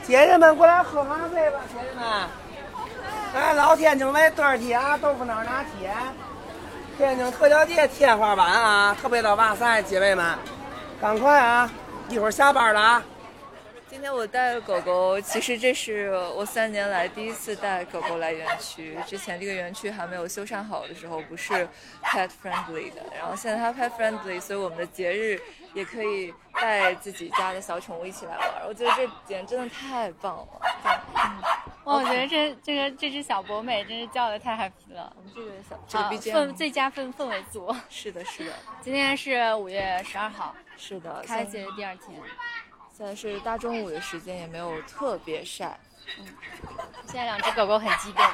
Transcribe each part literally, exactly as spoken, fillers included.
姐姐们过来喝咖啡吧，姐姐们。哎，老天津卫墩儿铁啊，豆腐脑拿铁，天津特调街天花板啊，特别的哇塞，姐妹们，赶快啊，一会儿下班了啊。 今天我带了狗狗，其实这是我三年来第一次带狗狗来园区。之前这个园区还没有修缮好的时候，不是 pet friendly 的。然后现在它 pet friendly， 所以我们的节日也可以带自己家的小宠物一起来玩。我觉得这点真的太棒了。 嗯，我觉得这这个这只小博美真是叫的太 happy 了。 我们这个小这个 B G M 氛最佳氛氛围组。 是的，是的。 今天是五月十二号， 是的， 开节的第二天。 现在是大中午的时间，也没有特别晒。 嗯，现在两只狗狗很激动。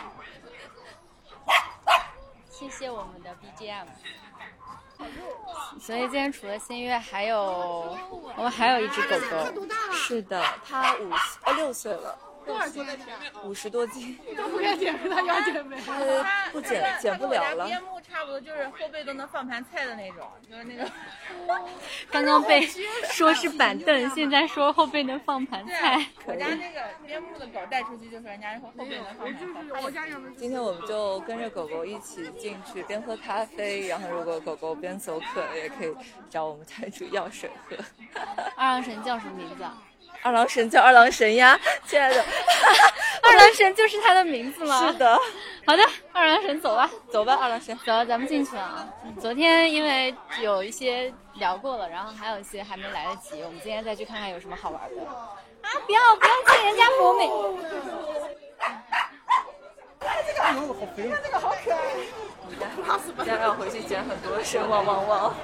谢谢我们的 B G M。所以今天除了新月，还有我们还有一只狗狗。 是的，它五呃六岁了。 多少斤？ 五十多斤。 都不该减肥，他要减肥。 他不减减不了了。 边牧差不多就是后背都能放盘菜的那种，就是那个。 刚刚被说是板凳，现在说后背能放盘菜。 我家那个边牧的狗带出去就是人家后背能放盘菜。 今天我们就跟着狗狗一起进去，边喝咖啡，然后如果狗狗边走渴了，也可以找我们台主要水喝。 二郎神叫什么名字啊？ 二郎神叫二郎神呀，亲爱的。 二郎神就是他的名字吗？ 是的。 好的，二郎神走吧， 走吧，二郎神， 走，咱们进去了啊。昨天因为有一些聊过了，然后还有一些还没来得及，我们今天再去看看有什么好玩的。啊，不要不要进人家博美。 哎，这个牛好肥，这个好可爱。 大家要回去捡很多声汪汪汪。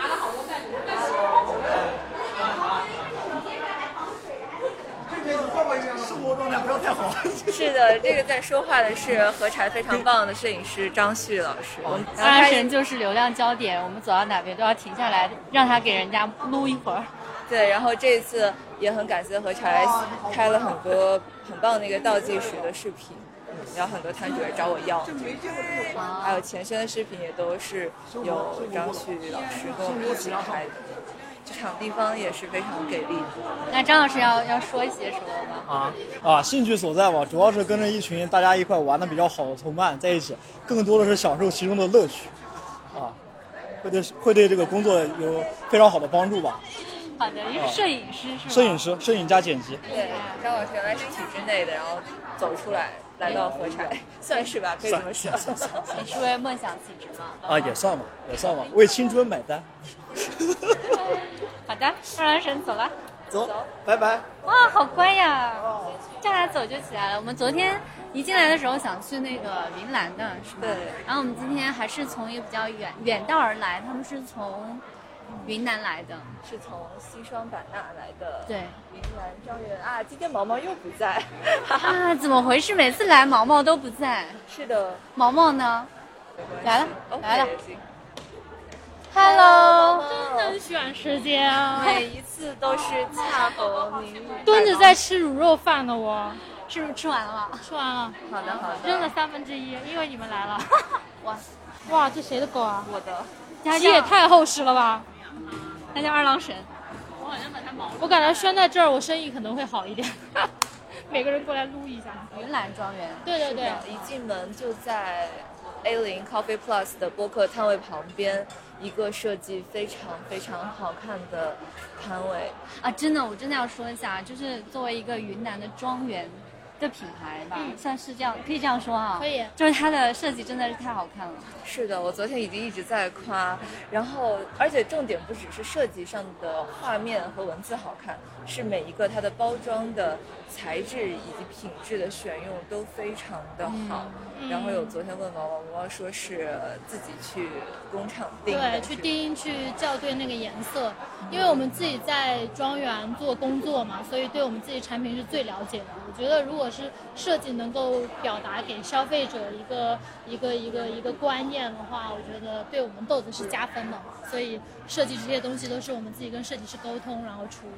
生活状态不要太好。 是的，这个在说话的是和柴非常棒的摄影师张旭老师。 二郎神就是流量焦点，我们走到哪边都要停下来，让他给人家撸一会儿。 对，然后这一次也很感谢和柴开了很多很棒的一个倒计时的视频，然后很多摊主也找我要，还有前身的视频也都是有张旭老师跟我们一起拍的。这场地方也是非常给力的。 那张老师要要说一些什么吗？啊啊，兴趣所在吧，主要是跟着一群大家一块玩的比较好的同伴在一起，更多的是享受其中的乐趣，啊，会对会对这个工作有非常好的帮助吧。 好的，一个摄影师是吗？ 摄影师，摄影加剪辑。 对，张老师原来是体制内的，然后走出来来到和柴，算是吧，可以这么说。 你是为梦想辞职吗？ 啊，也算吧，也算吧，为青春买单。 好的，二郎神走了， 走，拜拜。 哇，好乖呀，叫他走就起来了。我们昨天一进来的时候想去那个云南的，是吧？ 对。 然后我们今天还是从一个比较远远道而来，他们是从云南来的， 是从西双版纳来的。 对， 云南庄园啊，今天毛毛又不在。 啊，怎么回事？每次来毛毛都不在。 是的， 毛毛呢？来了， okay, 来了。Hello， 真的很选时间啊！ 每一次都是恰逢您蹲着在吃卤肉饭呢，我是不是吃完了？ 吃完了。 好的好的。 扔了三分之一，因为你们来了。 哇哇，这谁的狗啊？ 我的。 它也太厚实了吧！ 它叫二郎神。 我好像把它毛。我感觉拴在这儿，我生意可能会好一点。每个人过来撸一下。 云南庄园。 对对对。 一进门就在 A 零 Coffee Plus 的播客摊位旁边。一个设计非常非常好看的摊位啊！真的，我真的要说一下，就是作为一个云南的庄园的品牌吧，嗯、算是这样，可以这样说啊。 可以。 就是它的设计真的是太好看了。 是的，我昨天已经一直在夸，然后而且重点不只是设计上的画面和文字好看，是每一个它的包装的材质以及品质的选用都非常的好。嗯、然后有昨天问毛毛，毛毛说是自己去工厂订的， 对，去订去校对那个颜色，因为我们自己在庄园做工作嘛，所以对我们自己产品是最了解的。我觉得如果是设计能够表达给消费者一个一个一个一个观念的话，我觉得对我们豆子是加分的。所以设计这些东西都是我们自己跟设计师沟通然后出。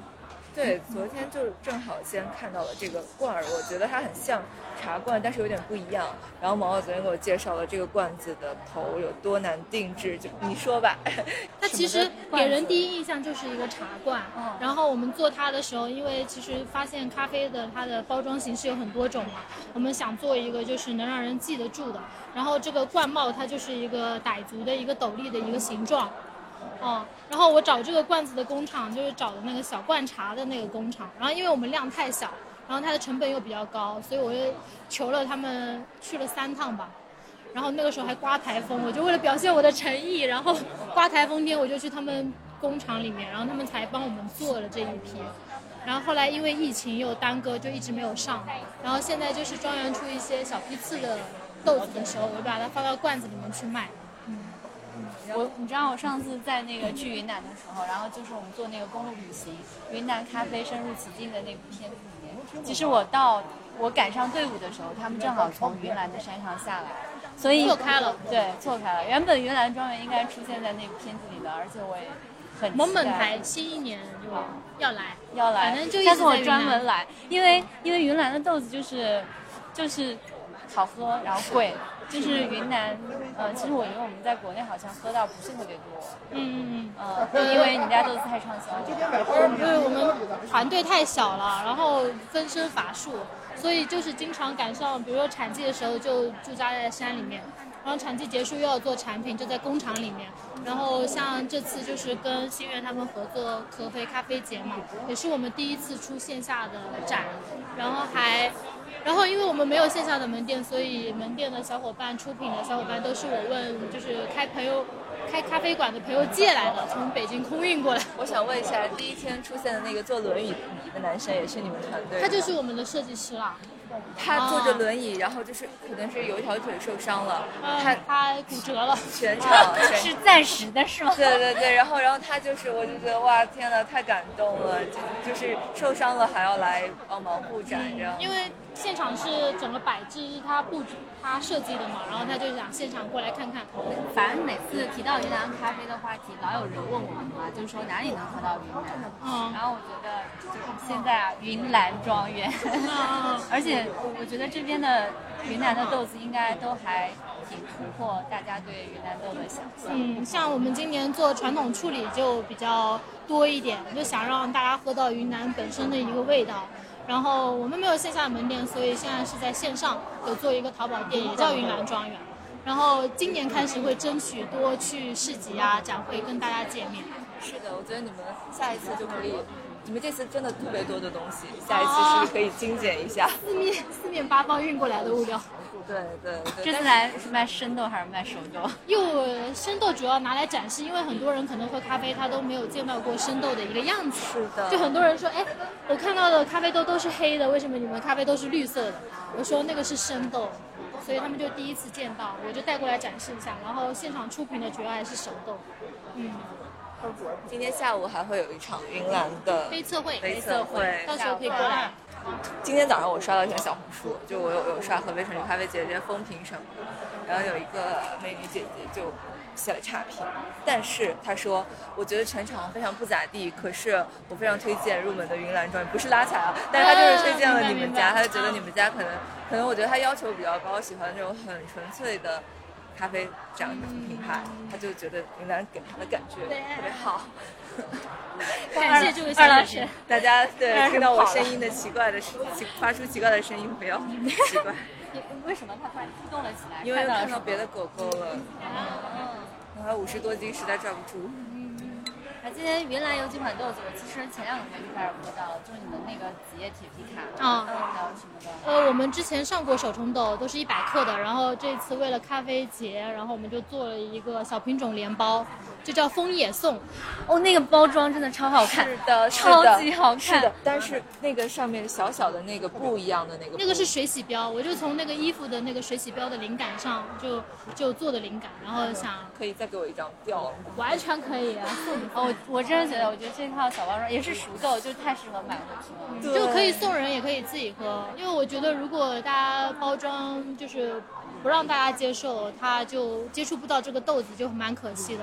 对，昨天就正好先看到了这个罐儿，我觉得它很像茶罐，但是有点不一样。然后毛毛昨天给我介绍了这个罐子的头有多难定制，就你说吧。 它其实给人第一印象就是一个茶罐， 嗯、 然后我们做它的时候，因为其实发现咖啡的它的包装形式有很多种嘛，我们想做一个就是能让人记得住的。然后这个罐帽它就是一个傣族的一个斗笠的一个形状。哦，然后我找这个罐子的工厂就是找的那个小罐茶的那个工厂，然后因为我们量太小，然后它的成本又比较高，所以我就求了他们去了三趟吧，然后那个时候还刮台风，我就为了表现我的诚意，然后刮台风天我就去他们工厂里面，然后他们才帮我们做了这一批，然后后来因为疫情又耽搁，就一直没有上，然后现在就是庄园出一些小批次的豆子的时候，我就把它放到罐子里面去卖。 我你知道我上次在那个去云南的时候，然后就是我们做那个公路旅行，云南咖啡深入其境的那部片子里面，其实我到我赶上队伍的时候，他们正好从云南的山上下来，所以错开了， 对，错开了。原本云南庄园应该出现在那部片子里的，而且我也很蒙蒙台新一年就要来， 要来， 反正就下次我专门来，因为因为云南的豆子就是就是好喝，然后贵。就是云南，呃，其实我觉得我们在国内好像喝到不是特别多， 嗯嗯嗯，因为你家豆子太畅销了， 因为我们团队太小了，然后分身乏术，所以就是经常赶上，比如说产季的时候就驻扎在山里面，然后产季结束又要做产品，就在工厂里面。然后像这次就是跟新源他们合作合肥咖啡节嘛，也是我们第一次出线下的展，然后还。然后因为我们没有线下的门店，所以门店的小伙伴、出品的小伙伴都是我问，就是开朋友、开咖啡馆的朋友借来的，从北京空运过来。 我想问一下，第一天出现的那个坐轮椅的男生也是你们团队的？ 他就是我们的设计师啦。 他坐着轮椅，然后就是可能是有一条腿受伤了， 嗯、 他他骨折了， 全场全是暂时的是吗？ 对对对，然后然后他就是，我就觉得哇，天哪，太感动了，就就是受伤了还要来帮忙布展这样。 因为现场是整个摆置是他布置他设计的嘛，然后他就想现场过来看看。 反正每次提到云南咖啡的话题，老有人问我们嘛，就是说哪里能喝到云南。 嗯， 然后我觉得就是现在啊，云岚庄园， 嗯， 而且我觉得这边的云南的豆子应该都还挺突破大家对云南豆的想象。 嗯，像我们今年做传统处理就比较多一点，就想让大家喝到云南本身的一个味道。然后我们没有线下门店，所以现在是在线上有做一个淘宝店，也叫云岚庄园。然后今年开始会争取多去市集啊、展会跟大家见面。 是的，我觉得你们下一次就可以，你们这次真的特别多的东西，下一次是不是可以精简一下？ 四面四面八方运过来的物料。 对对对。 这次来是卖生豆还是卖熟豆？ 又生豆主要拿来展示，因为很多人可能喝咖啡他都没有见到过生豆的一个样子。 是的。 就很多人说，哎，我看到的咖啡豆都是黑的，为什么你们咖啡都是绿色的？我说那个是生豆。所以他们就第一次见到，我就带过来展示一下。然后现场出品的主要还是熟豆。嗯。 今天下午还会有一场云岚的杯测会， 杯测会， 到时候可以过来。 今天早上我刷到一条小红书，就我有有刷合肥城区咖啡节这些风评什么的，然后有一个美女姐姐就写了差评，但是她说我觉得全场非常不咋地，可是我非常推荐入门的云岚庄园，不是拉踩啊，但是她就是推荐了你们家，她就觉得你们家可能可能我觉得她要求比较高，喜欢那种很纯粹的咖啡这样的品牌，他就觉得云岚给他的感觉特别好。 感谢这位二老师， 大家对听到我声音的奇怪的奇发出奇怪的声音不要奇怪。 为什么他突然激动了起来？ 因为看到别的狗狗了，然后五十多斤实在拽不住。 啊，今天云岚有几款豆子，我其实前两天就开始喝到了，就是你们那个紫叶铁皮卡， 啊， 还有什么的。 呃，我们之前上过手冲豆，都是一百克的，然后这次为了咖啡节，然后我们就做了一个小品种联包，就叫枫叶颂。 哦，那个包装真的超好看， 是的， 超级好看。 是的，但是那个上面小小的那个不一样的那个， 那个是水洗标，我就从那个衣服的那个水洗标的灵感上就就做的灵感，然后想可以再给我一张调， 完全可以啊，送你。 哦，我真的觉得，我觉得这套小包装也是熟豆，就太适合买回去了，就可以送人，也可以自己喝。因为我觉得，如果大家包装就是不让大家接受，他就接触不到这个豆子，就蛮可惜的。所以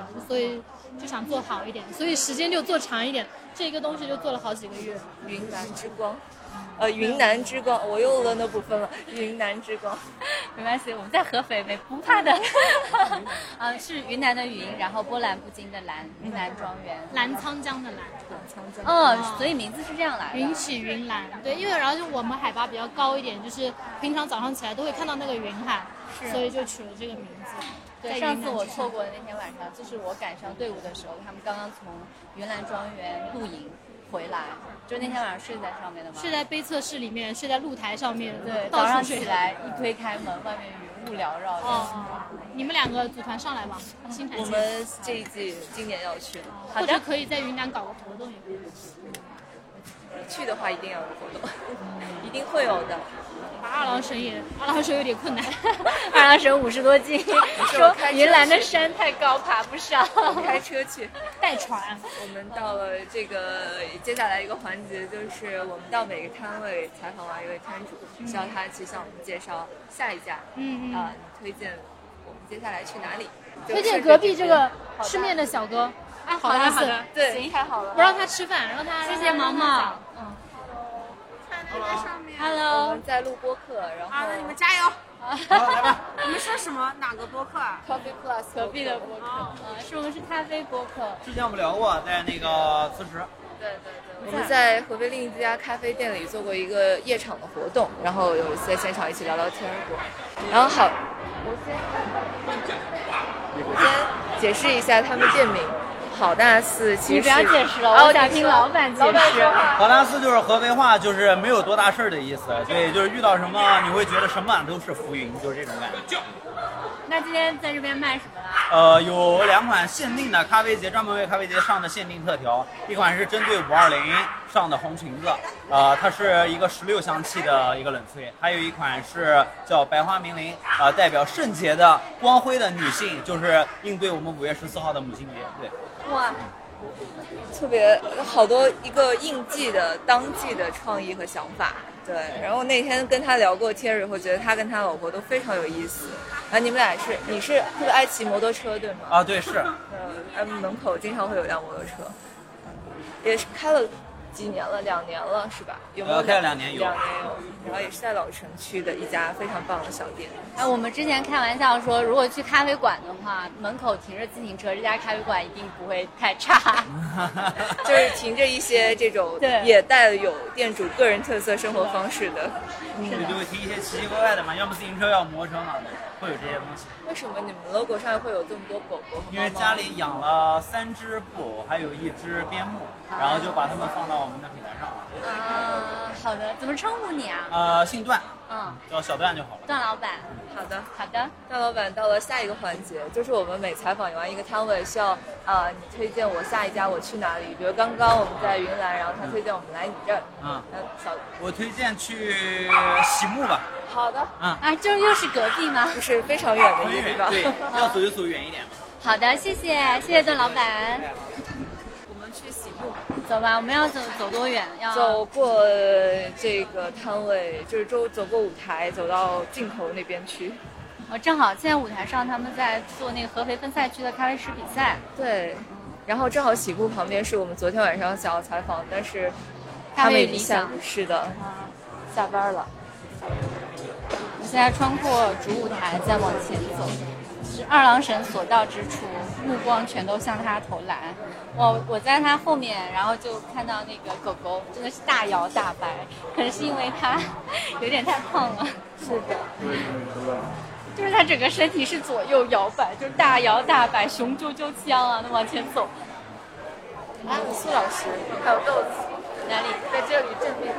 以就想做好一点，所以时间就做长一点。这个东西就做了好几个月。 云南之光，呃，云南之光，我又了那部分了。云南之光， 没关系，我们在合肥，没不怕的。啊，是云南的云，然后波澜不惊的澜，云南庄园， 澜沧江的澜。 沧江。 哦，所以名字是这样来的。 云起云澜，对，因为然后就我们海拔比较高一点，就是平常早上起来都会看到那个云海，所以就取了这个名字。 对，上次我错过的那天晚上，就是我赶上队伍的时候，他们刚刚从云南庄园露营回来，就那天晚上睡在上面的吗？ 睡在杯测室里面，睡在露台上面。 对，早上起来一推开门，外面云雾缭绕。 哦，你们两个组团上来吧，新产线。 我们这一季今年要去， 或者可以在云南搞个活动也可以。 去的话一定要有活动，一定会有的。 二郎神也，二郎神有点困难。 二郎神五十多斤，说云南的山太高，爬不上。 开车去， 带船。 我们到了这个接下来一个环节，就是我们到每个摊位采访完一位摊主，需要他去向我们介绍下一家。 嗯嗯。 啊、呃，推荐我们接下来去哪里？ 推荐隔壁这个吃面的小哥。啊，好的好的， 对，太好了。 不让他吃饭，让他谢谢毛毛。 嗯。 上面 Hello， 我们在录播客，然后啊，那你们加油！好，来吧。你们说什么？哪个播客啊 ？Coffee Plus 隔壁的播客，啊，是我们是咖啡播客。 之前我们聊过，在那个磁石。 对对对，我们在合肥另一家咖啡店里做过一个夜场的活动，然后有在现场一起聊聊天过。然后好，我先我先解释一下他们店名。好大寺其实你不要解释了，我想听老板解释。 好大寺就是合肥话，就是没有多大事儿的意思。对，就是遇到什么你会觉得什么都是浮云，就是这种感觉。 那今天在这边卖什么啦？ 呃，有两款限定的咖啡节，专门为咖啡节上的限定特调，一款是针对五二零上的红裙子，呃，它是一个十六香气的一个冷萃，还有一款是叫白花明灵，呃，代表圣洁的光辉的女性，就是应对我们五月十四号的母亲节。对。 哇，特别好多一个应季的当季的创意和想法，对。然后那天跟他聊过天以后，觉得他跟他老婆都非常有意思。啊，你们俩是你是特别爱骑摩托车对吗？ 啊，对是。 呃，门口经常会有辆摩托车，也是开了几年了，两年了是吧？有没有？ 开了两年有。 两年有。然后也是在老城区的一家非常棒的小店。 哎、啊，我们之前开玩笑说，如果去咖啡馆的话，门口停着自行车，这家咖啡馆一定不会太差。 就是停着一些这种也带有店主个人特色生活方式的。 嗯，就会停一些奇奇怪怪的嘛，要么自行车，要么摩托车嘛，会有这些东西。 为什么你们 logo 上会有这么多狗狗？ 因为家里养了三只布偶，还有一只边牧，然后就把它们放到我们的品牌上了。 啊，好的，怎么称呼你啊？ 呃，姓段， 嗯， 叫小段就好了。 段老板， 好的， 好的。 段老板，到了下一个环节，就是我们每采访完一个摊位，需要呃你推荐我下一家我去哪里？比如刚刚我们在云南，然后他推荐我们来你这儿， 嗯， 小， 我推荐去喜木吧。 好的， 嗯， 啊，这又是隔壁吗？ 不是非常远的一个地方， 对，要走就走远一点。 好的，谢谢，谢谢段老板。 我们去喜木， 走吧，我们要走走多远？要走过这个摊位，就是走走过舞台，走到尽头那边去。 我、哦、正好现在舞台上他们在做那个合肥分赛区的咖啡师比赛。 对，然后正好喜木旁边是我们昨天晚上想要采访，但是他们已经下是的、 啊， 下班了。 我现在穿过主舞台，再往前走，是二郎神所到之处，目光全都向他投来。我我在他后面，然后就看到那个狗狗，真的是大摇大摆，可能是因为他有点太胖了。 是的， 就是他整个身体是左右摇摆，就是大摇大摆，雄赳赳气昂昂的往前走。 啊，苏老师，还有豆子， 哪里？ 在这里正面。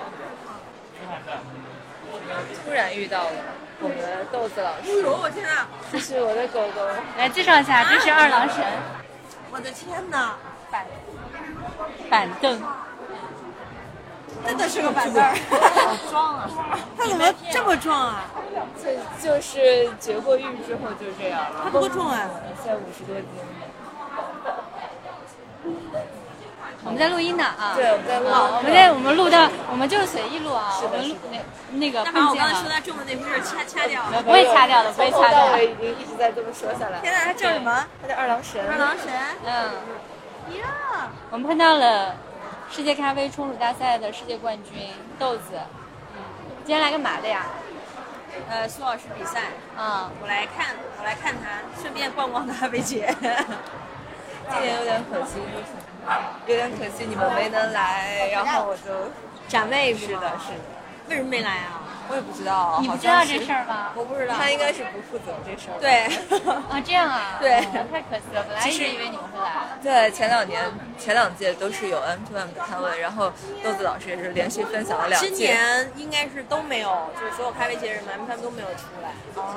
突然遇到了我们的豆子老师。 哎呦，我天哪！ 这是我的狗狗。 来介绍一下，这是二郎神。 我的天哪！ 板板凳。 真的是个板凳。 好壮啊！ 它怎么这么壮啊？ 这就是绝过育之后就这样了。 它多重啊？ 现在五十多斤。 我们在录音呢啊。 对，我们在录。 啊，我们在我们录到，我们就是随意录啊。 是的， 我们录那那个。 那把我刚才说他种的那幅字掐掐掉。 不会掐掉的，不会掐掉。 我已经一直在这么说下来。 天哪，他叫什么？ 他叫二郎神。 二郎神。 嗯。 呀。 我们碰到了世界咖啡冲煮大赛的世界冠军豆子。嗯。今天来干嘛的呀？ 呃，苏老师比赛。 嗯。 我来看，我来看他，顺便逛逛咖啡节。 今年有点可惜，就是有点可惜你们没能来，然后我就展位是的，是的。 为什么没来啊？ 我也不知道。 你不知道这事儿吗？ 我不知道。 他应该是不负责这事儿。 对。 啊，这样啊。 对。 哦、太可惜了，本来一直以为你们会来。 对，前两年、前两届都是有 M to M 的摊位，然后豆子老师也是连续分享了两届。 今年应该是都没有，就是所有咖啡节人们 M to M 都没有出来。哦。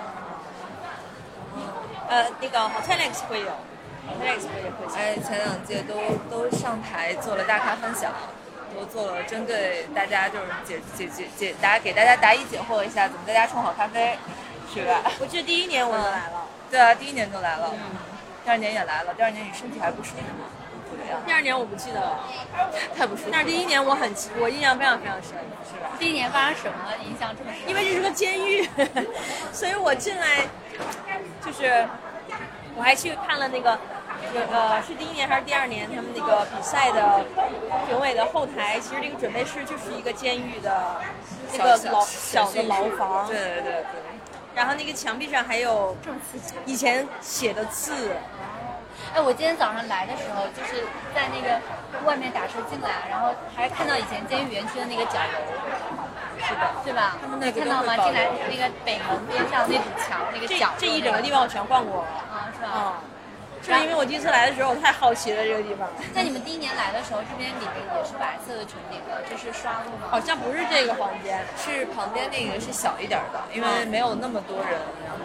呃，那个 Hotelex 会有。 哎，前两届都都上台做了大咖分享，都做了针对大家就是解解解解答给大家答疑解惑一下怎么在家冲好咖啡，是吧？ 我记得第一年我就来了。 嗯、对啊，第一年就来了，嗯、第二年也来了，第二年你身体还不舒服吗？怎么样？ 第二年我不记得了， 太不舒服。 但是第一年我很我印象非常非常深， 是吧？ 第一年发生什么影响这么深？ 因为这是个监狱，所以我进来就是我还去看了那个。呃，是第一年还是第二年？他们那个比赛的评委的后台，其实这个准备室就是一个监狱的那个牢小的牢房。 对对对对。 然后那个墙壁上还有以前写的字。 哎，我今天早上来的时候，就是在那个外面打车进来，然后还看到以前监狱园区的那个角楼。是的，对吧？ 他们那个看到吗？进来那个北门边上那堵墙那个角， 这一整个地方我全逛过了。 啊，是吧？ 嗯。就是因为我第一次来的时候，我太好奇了这个地方。 在你们第一年来的时候，这边里面也是白色的穹顶的，这是刷路吗？ 好像不是这个房间， 是旁边那个是小一点的，因为没有那么多人。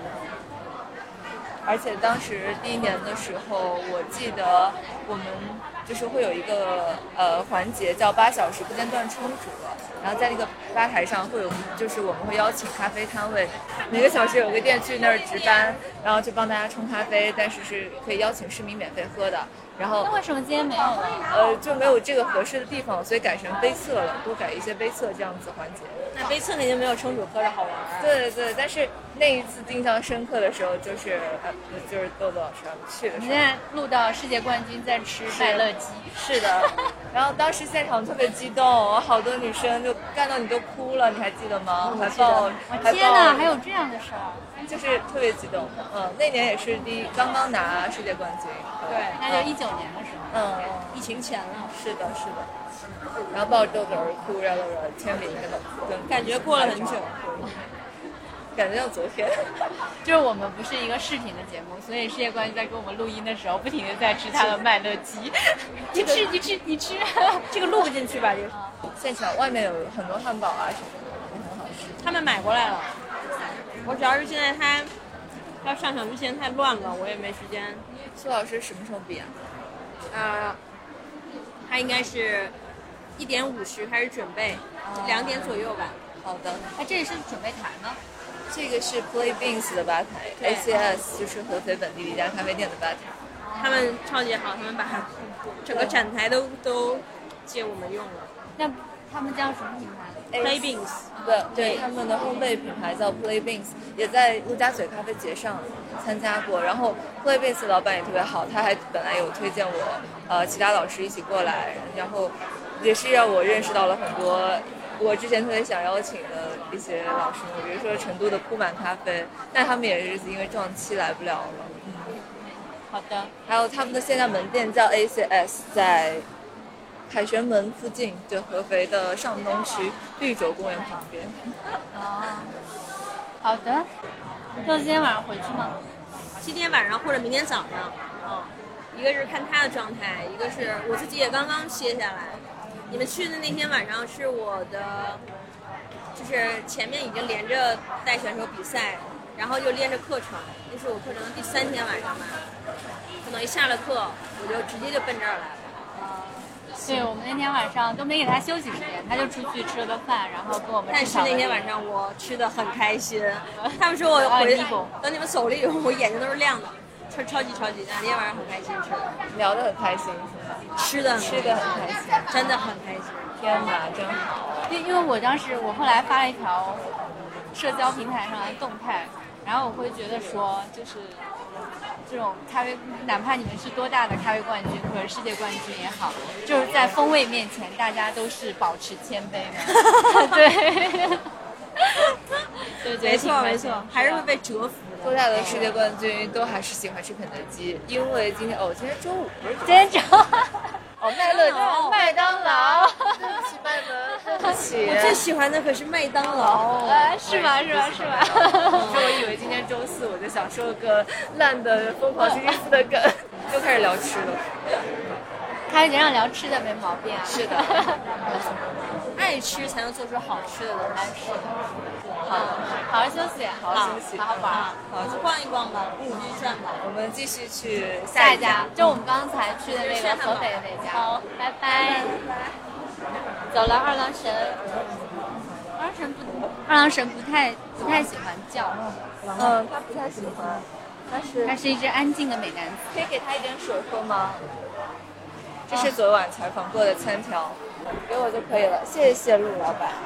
而且当时第一年的时候，我记得我们就是会有一个呃环节叫八小时不间断冲煮，然后在那个吧台上会有，就是我们会邀请咖啡摊位，每个小时有个店去那儿值班，然后去帮大家冲咖啡，但是是可以邀请市民免费喝的。然后那为什么今天没有呢？ 呃，就没有这个合适的地方，所以改成杯测了，多改一些杯测这样子环节。 那杯测肯定没有冲煮喝着好玩。 对对，但是那一次印象深刻的时候，就是呃，就是豆豆老师去的时候。 你现在录到世界冠军在吃麦乐鸡。 是的。然后当时现场特别激动，好多女生就看到你都哭了，你还记得吗？还抱，还天哪，还有这样的事儿。 就是特别激动，嗯，那年也是第一刚刚拿世界冠军， 对，那就一九年的时候， 嗯， 疫情前了， 是的，是的，然后抱着豆豆儿哭，然后签名跟跟， 感觉过了很久， 感觉像昨天， 就是我们不是一个视频的节目，所以世界冠军在跟我们录音的时候，不停的在吃他的麦乐鸡，你吃你吃你吃， 这个录不进去吧？这个现场外面有很多汉堡啊什么的，也很好吃， 他们买过来了。我主要是现在他要上场之前太乱了，我也没时间。 苏老师什么时候比啊？ 啊、呃，他应该是一点五十开始准备，两、哦、点左右吧。 好的。 哎，这里是准备台吗？ 这个是 Play Beans 的吧台 ，A C S 就是合肥本地的一家咖啡店的吧台。 他们超级好，他们把整个展台都都借我们用了。 那他们叫什么品牌 ？Play Beans。 对对，他们的烘焙品牌叫 Play Beans， 也在陆家嘴咖啡节上参加过。然后 Play Beans 老板也特别好，他还本来有推荐我，呃，其他老师一起过来，然后也是让我认识到了很多我之前特别想邀请的一些老师，比如说成都的铺满咖啡，但他们也是因为撞期来不了了。嗯， 好的。 还有他们的线下门店叫 A C S， 在凯旋门附近，对，合肥的上东区绿洲公园旁边。 哦，好的。那今天晚上回去吗？ 今天晚上或者明天早上。嗯，一个是看他的状态，一个是我自己也刚刚歇下来。你们去的那天晚上是我的，就是前面已经连着带选手比赛，然后又连着课程，那是我课程的第三天晚上吧。可能一下了课，我就直接就奔这儿来了。 对，我们那天晚上都没给他休息时间，他就出去吃了个饭，然后跟我们。 但是那天晚上我吃的很开心，他们说我回等你们走了以后，我眼睛都是亮的，超超级超级，那天晚上很开心吃的， 聊得很开心是吗？ 吃的吃的很开心， 真的很开心。 天哪，真好！ 因因为我当时我后来发了一条社交平台上的动态，然后我会觉得说，就是这种咖啡，哪怕你们是多大的咖啡冠军或者世界冠军也好，就是在风味面前，大家都是保持谦卑的。对。对， 没错没错，还是会被折服的。 多大的世界冠军都还是喜欢吃肯德基，因为今天哦，今天周五不是今天周哦，麦乐鸡、麦当劳，对不起，麦门，对不起。 我最喜欢的可是麦当劳， 呃，是吧是吧是吧？ 就我以为今天周四，我就想说个烂的疯狂星期四的梗，就开始聊吃了。 开始让聊吃的没毛病啊。 是的。 爱吃才能做出好吃的东西。 好，好好休息， 好好休息， 好好玩， 好，去逛一逛吧，继续转吧。 我们继续去下一家，就我们刚才去的那个合肥的那家。好，拜拜。走了，二郎神。二郎神不，二郎神不太不太喜欢叫。 嗯，他不太喜欢。他是他是一只安静的美男子。 可以给他一点水喝吗？这是昨晚采访过的餐条。给我就可以了，谢谢陆老板。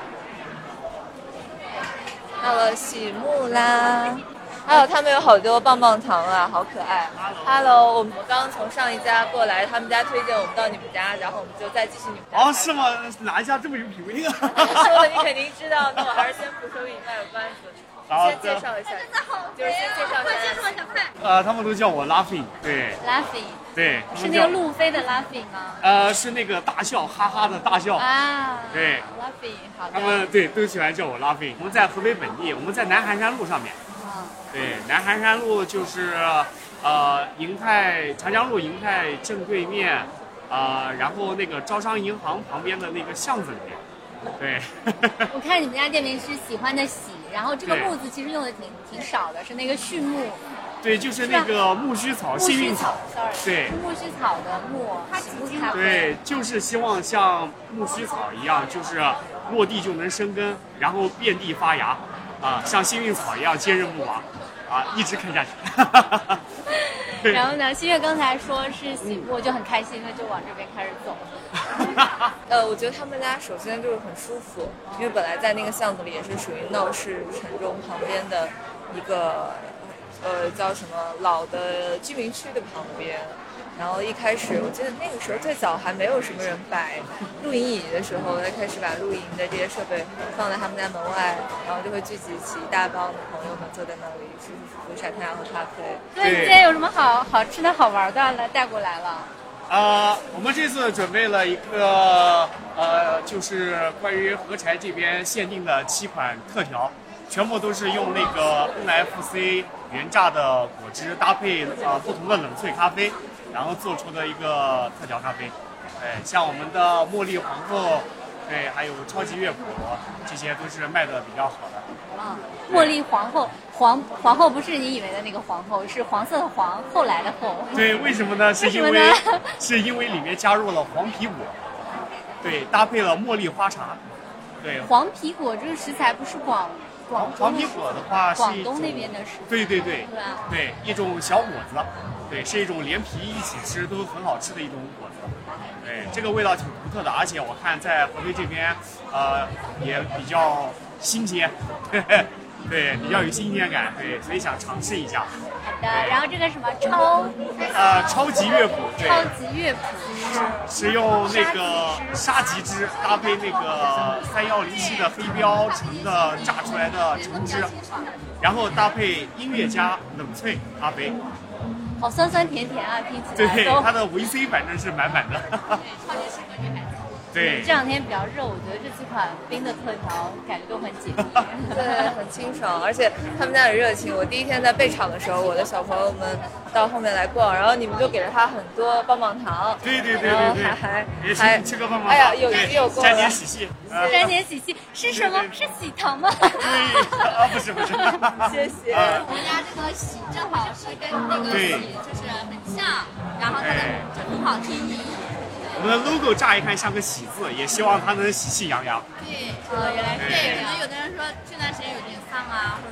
到了喜木啦，还有他们有好多棒棒糖啊，好可爱。Hello， 我们刚刚从上一家过来，他们家推荐我们到你们家，然后我们就再继续你们家。 哦，是吗？哪一家这么有品味啊？ 说了你肯定知道，那我还是先不说给你卖个关子。先介绍一下，就是先介绍一下。 快介绍一下，快！ 呃，他们都叫我 Laughing， 对 ，Laughing， 对， 是那个路飞的 Laughing 吗？ 呃，是那个大笑，哈哈的大笑啊， 对 ，Laughing， 好的。 他们对都喜欢叫我 Laughing。我们在河北本地，我们在南寒山路上面。 嗯， 对，南寒山路就是呃银泰长江路银泰正对面，呃，然后那个招商银行旁边的那个巷子里面。对， 我看你们家店名是喜欢的喜，然后这个木字其实用的挺挺少的，是那个畜牧。 对，就是那个苜蓿草、幸运草。对， 苜蓿草的苜，喜木咖啡。 对，就是希望像苜蓿草一样，就是落地就能生根，然后遍地发芽，啊，像幸运草一样坚韧不拔，啊，一直开下去。 然后呢，新月刚才说是喜木，就很开心的就往这边开始走。 呃，我觉得他们家首先就是很舒服，因为本来在那个巷子里也是属于闹市城中旁边的一个，呃，叫什么老的居民区的旁边。然后一开始，我记得那个时候最早还没有什么人摆露营椅的时候，他开始把露营的这些设备放在他们家门外，然后就会聚集起一大帮的朋友们坐在那里舒舒服服晒太阳喝咖啡。 对，你今天有什么好好吃的好玩的来带过来了？ 呃，我们这次准备了一个呃，就是关于合柴这边限定的七款特调，全部都是用那个 N F C 原榨的果汁搭配呃不同的冷萃咖啡，然后做出的一个特调咖啡。对，像我们的茉莉皇后，对，还有超级乐谱，这些都是卖的比较好的。 啊，茉莉皇后，皇皇后不是你以为的那个皇后，是黄色的黄，后来的后。 对，为什么呢？是因为是因为里面加入了黄皮果，对，搭配了茉莉花茶，对。 黄皮果这个食材不是广广黄皮果的话是广东那边的食材， 对对对， 对吧？ 对，一种小果子，对，是一种连皮一起吃都很好吃的一种果子。对，这个味道挺独特的，而且我看在河北这边，呃，也比较新鲜，呵呵对，比较有新鲜感，对，所以想尝试一下。 好的，然后这个什么超呃超级乐谱，对， 超级乐谱是用那个沙棘汁搭配那个三幺零七的黑标橙的榨出来的橙汁，然后搭配音乐家冷萃咖啡。 好酸酸甜甜啊，听起来对， 都它的维 C 反正是满满的。 超级适合女孩子。 对， 这两天比较热，我觉得这几款冰的特调感觉都很解腻， 对，很清爽，而且他们家很热情。我第一天在备场的时候，我的小朋友们到后面来逛，然后你们就给了他很多棒棒糖， 对对对对对， 还还也还吃个棒棒糖， 哎呀，有有有过沾点喜气， 沾点喜气是什么？是喜糖吗？ 对啊，不是不是， 谢谢。 我们家这个喜正好是跟那个喜就是很像，然后它的就很好听。 我们的 logo 乍一看像个喜字，也希望它能喜气洋洋。 对，呃，原来是这个。可能有的人说这段时间有点丧啊，或者怎么样，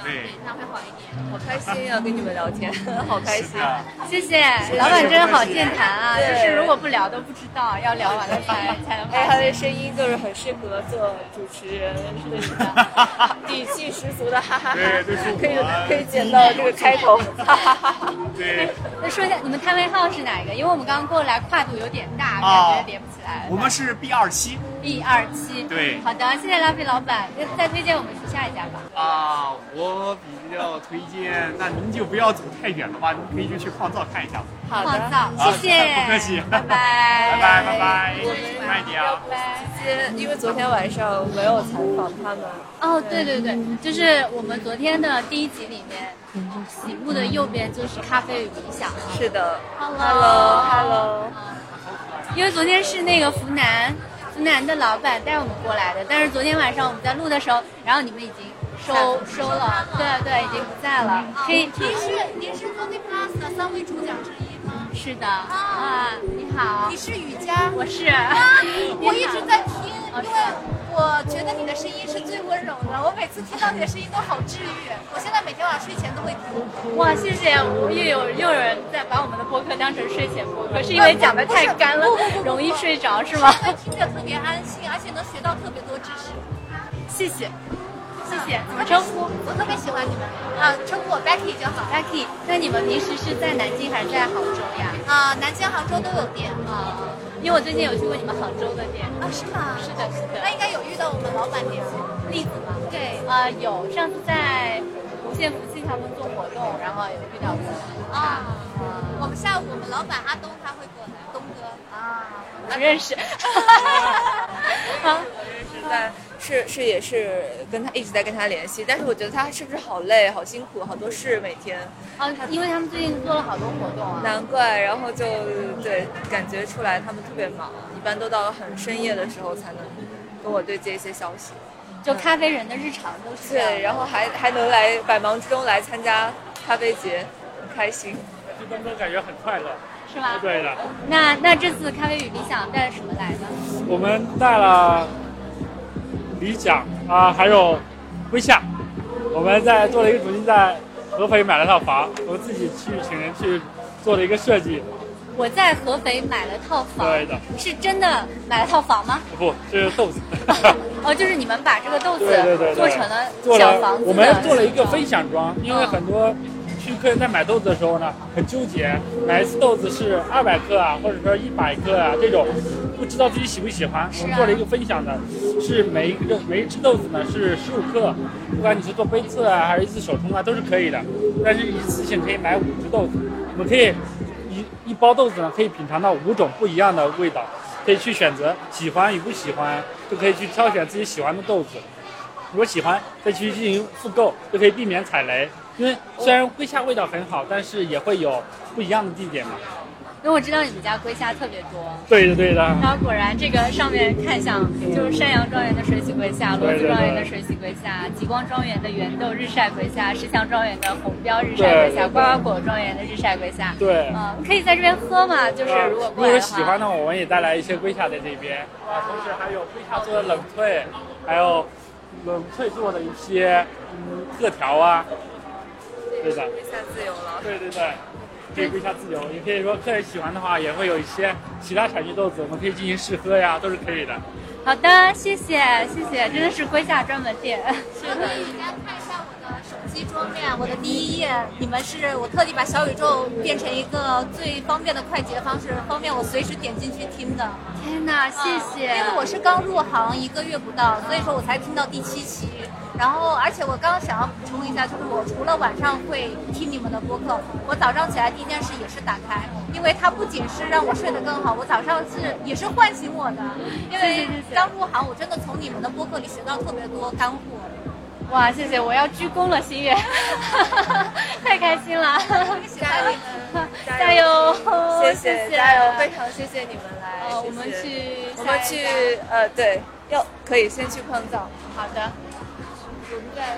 对， 那会好一点。 好开心啊，跟你们聊天，好开心。 谢谢，老板真的好健谈啊！ 对就是如果不聊都不知道，要聊完了才才能哎， 发现。 他的声音就是很适合做主持人，是的，底气十足的哈哈哈， 对对是我可以可以剪到这个开头，哈哈哈。 对， 那说一下你们摊位号是哪一个？因为我们刚刚过来跨度有点大， 啊感觉连不起来。 我们是 B 二七 B 二七。 对好的，谢谢拉菲老板，再推荐我们去下一家吧。 啊，我比较推荐，那您就不要走太远了吧，您可以就去矿造看一下。 好的， 创造，谢谢， 不客气， 拜拜， 拜拜拜拜， 我们慢点啊。 拜拜。 直接，因为昨天晚上没有采访他们。 哦，对对对，就是我们昨天的第一集里面，醒目的右边就是咖啡与理想。 是的 Hello，Hello，因为昨天是那个福南，福南的老板带我们过来的，但是昨天晚上我们在录的时候，然后你们已经收收了，对对，已经不在了。可以， 您是您是 Tony Plus 的三位主讲之一吗？ 是的啊，你好你，是雨佳， 我是， 我一直在听，因为我觉得你的声音是最温柔的，我每次听到你的声音都好治愈。我现在每天晚上睡前都会听。 哇，谢谢！我又有又有人在把我们的播客当成睡前播客，是因为讲的太干了，容易睡着是吗？ 因为听着特别安心，而且能学到特别多知识。 谢谢，谢谢。怎么称呼？ 我特别喜欢你们啊，称呼我 Becky 就好。 Becky，那你们平时是在南京还是在杭州呀？ 啊，南京、杭州都有店啊，因为我最近有去过你们杭州的店。 啊，是吗？ 是的，是的。 那应该有遇到我们老板娘栗子吗？ 对， 呃，有，上次在无限福气他们做活动，然后有遇到过。 啊，我们下午我们老板阿东他会过来，东哥啊，不认识。 啊，但是是也是跟他一直在跟他联系，但是我觉得他是不是好累、好辛苦、好多事每天。 啊，因为他们最近做了好多活动啊。 难怪，然后就对，感觉出来他们特别忙，一般都到了很深夜的时候才能跟我对接一些消息。 就咖啡人的日常都是这样。 对，然后还还能来百忙之中来参加咖啡节，很开心。 这东哥感觉很快乐， 是吗？ 对的。 那那这次咖啡与理想带了什么来呢？ 我们带了理想啊，还有微笑。我们在做了一个主题，在合肥买了套房，我自己去请人去做了一个设计。 我在合肥买了套房， 对的， 是真的买了套房吗？ 不，这是豆子。 哦，就是你们把这个豆子对对对对做成了做小房子的。 了，我们做了一个分享装，因为很多去客人在买豆子的时候呢，很纠结，买一次豆子是二百克啊，或者说一百克啊，这种不知道自己喜不喜欢。我们做了一个分享的，是每一个每一只豆子呢是十五克，不管你是做杯测啊，还是一次手冲啊，都是可以的。但是一次性可以买五只豆子，我们可以一一包豆子呢可以品尝到五种不一样的味道，可以去选择喜欢与不喜欢，就可以去挑选自己喜欢的豆子。如果喜欢，再去进行复购，就可以避免踩雷。因为虽然龟虾味道很好，但是也会有不一样的地点嘛。 因为我知道你们家龟虾特别多。 对的，对的。 然后果然这个上面看向就是山阳庄园的水洗龟虾，骡子庄园的水洗龟虾，极光庄园的圆豆日晒龟虾，石墙庄园的红标日晒龟虾，呱呱果庄园的日晒龟虾。 对。 嗯，可以在这边喝嘛？就是如果过来的话。 如果喜欢的话，我们也带来一些龟虾在这边啊，同时还有龟虾做的冷萃，还有冷萃做的一些嗯特调啊。对的， 龟虾自由了。 对对对，可以龟虾自由，也可以说客人喜欢的话，也会有一些其他产区豆子，我们可以进行试喝呀，都是可以的。 好的，谢谢谢谢，真的是龟虾专门店。 是的，大家看一下我的手机桌面，我的第一页，你们是我特地把小宇宙变成一个最方便的快捷方式，方便我随时点进去听的。 天哪，谢谢！ 因为我是刚入行一个月不到，所以说我才听到第七期。然后，而且我刚刚想要补充一下，就是我除了晚上会听你们的播客，我早上起来第一件事也是打开，因为它不仅是让我睡得更好，我早上是也是唤醒我的。因为刚入行，我真的从你们的播客里学到特别多干货。 哇，谢谢！我要鞠躬了，心月，太开心了！ 加油！ 加油！ 谢谢，加油！非常谢谢你们来。 哦，我们去， 我们去，呃，对，要可以先去矿造。 好的。我们在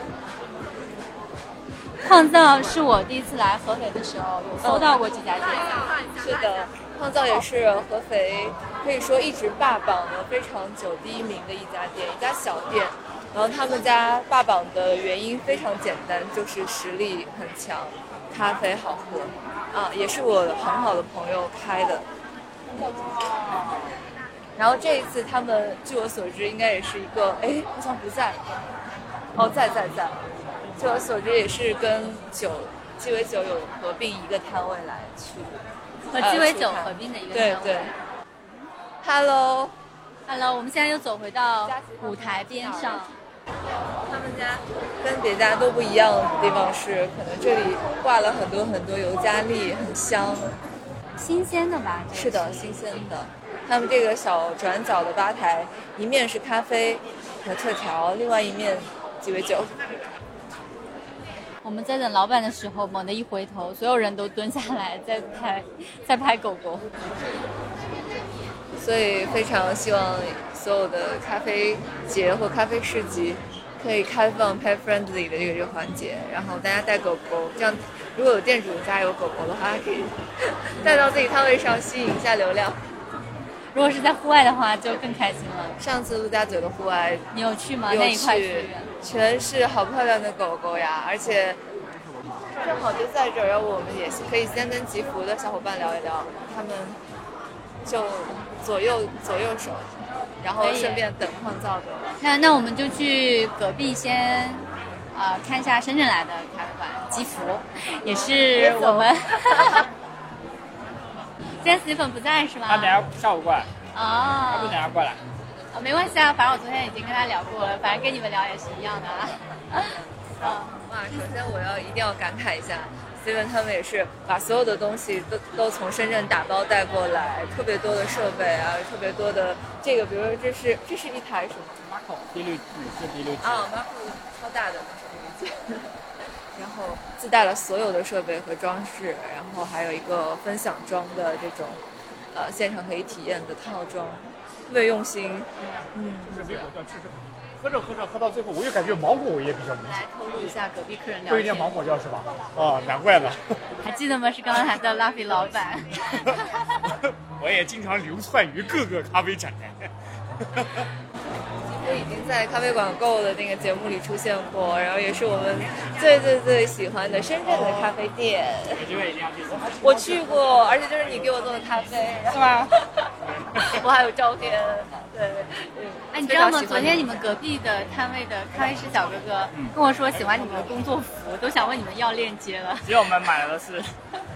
矿造是我第一次来合肥的时候有搜到过几家店。 是的，矿造也是合肥可以说一直霸榜了非常久第一名的一家店，一家小店。 然后他们家霸榜的原因非常简单，就是实力很强，咖啡好喝啊，也是我很好的朋友开的。然后这一次他们据我所知应该也是一个，哎，好像不在，哦，在在在，据我所知也是跟酒鸡尾酒有合并一个摊位来去， 和鸡尾酒合并的一个摊位。 对对。Hello，Hello， 我们现在又走回到舞台边上。 他们家跟别家都不一样的地方是，可能这里挂了很多很多尤加利，很香， 新鲜的吧？ 是的，新鲜的。他们这个小转角的吧台，一面是咖啡和特调，另外一面鸡尾酒。 我们在等老板的时候，猛地一回头，所有人都蹲下来在拍，在拍狗狗。 所以非常希望所有的咖啡节或咖啡市集可以开放 pet friendly 的这个这个环节，然后大家带狗狗，这样如果有店主家有狗狗的话，可以带到自己摊位上吸引一下流量。 如果是在户外的话，就更开心了。 上次陆家嘴的户外， 你有去吗？ 有那一块去，全是好漂亮的狗狗呀！而且正好就在这儿，要不我们也可以先跟吉福的小伙伴聊一聊，他们就左右左右手，然后顺便等创造的。 那那我们就去隔壁先，呃，看一下深圳来的咖啡馆吉福，也是我们。今天 Stephen 不在是吧？ 他等下下午过来。 哦。 他不等下过来。 哦，没关系啊，反正我昨天已经跟他聊过了，反正跟你们聊也是一样的啊。 嗯，哇，首先我要一定要感慨一下。Steven 他们也是把所有的东西都都从深圳打包带过来，特别多的设备啊，特别多的这个，比如说这是这是一台什么 Marco 滴滤美式滴滤机啊 ，Marco 超大的滴滤机，然后自带了所有的设备和装饰，然后还有一个分享装的这种呃现场可以体验的套装，特别用心。嗯， 这水果断吃吃。喝着喝着喝到最后，我又感觉芒果味也比较明显。 来透露一下隔壁客人聊天。 会有点芒果酱是吧？哦，难怪呢。 还记得吗？是刚刚谈到拉菲老板。 我也经常流窜于各个咖啡展。 我已经在咖啡馆购的那个节目里出现过，然后也是我们最最最喜欢的深圳的咖啡店。 我觉得一定要去。 我去过，而且就是你给我做的咖啡，是吗？我还有照片，对。 哎，你知道吗？昨天你们隔壁的摊位的咖啡师小哥哥跟我说喜欢你们的工作服，都想问你们要链接了。 其实我们买的是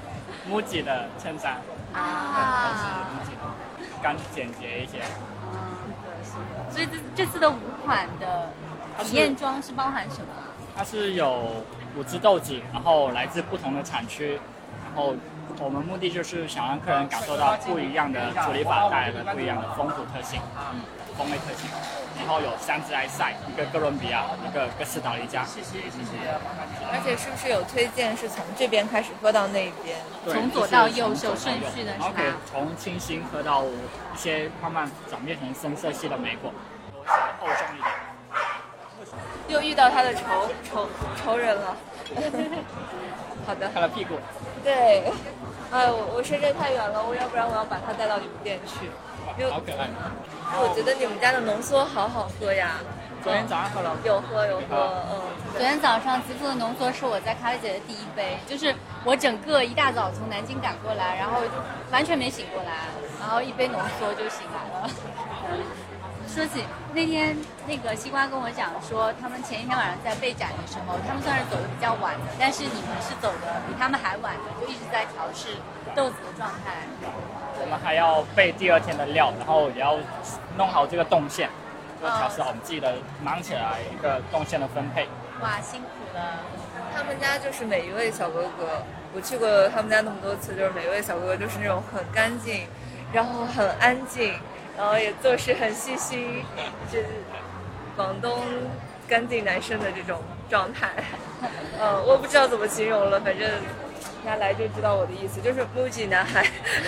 MUJI 的衬衫啊， 更简洁一些。 所以这这次的五款的体验装是包含什么？ 它是有五支豆子，然后来自不同的产区，然后我们目的就是想让客人感受到不一样的处理法带来的不一样的风土特性、风味特性。然后有三支埃塞，一个哥伦比亚，一个哥斯达黎加。谢谢谢谢。 而且是不是有推荐是从这边开始喝到那边？ 从左到右是有顺序的，是吧？ 从清新喝到一些慢慢转变成深色系的莓果，厚重一点。 又遇到他的仇仇仇人了。好的。 他的屁股。 对。哎，我我深圳太远了，我要不然我要把它带到你们店去。 好可爱。 我觉得你们家的浓缩好好喝呀。 昨天早上喝了。 有喝有喝，嗯。 昨天早上吉福的浓缩是我在咖啡节的第一杯，就是我整个一大早从南京赶过来，然后就完全没醒过来，然后一杯浓缩就醒来了。说起那天那个西瓜跟我讲说，他们前一天晚上在备展的时候，他们算是走的比较晚的，但是你们是走的比他们还晚的，就一直在调试豆子的状态。 我们还要备第二天的料，然后也要弄好这个动线，就调试好我们自己的忙起来一个动线的分配。 哇，辛苦了！ 他们家就是每一位小哥哥，我去过他们家那么多次，就是每一位小哥哥就是那种很干净，然后很安静，然后也做事很细心，就是广东干净男生的这种状态。呃，我不知道怎么形容了，反正大家来就知道我的意思，就是 MUJI 男孩。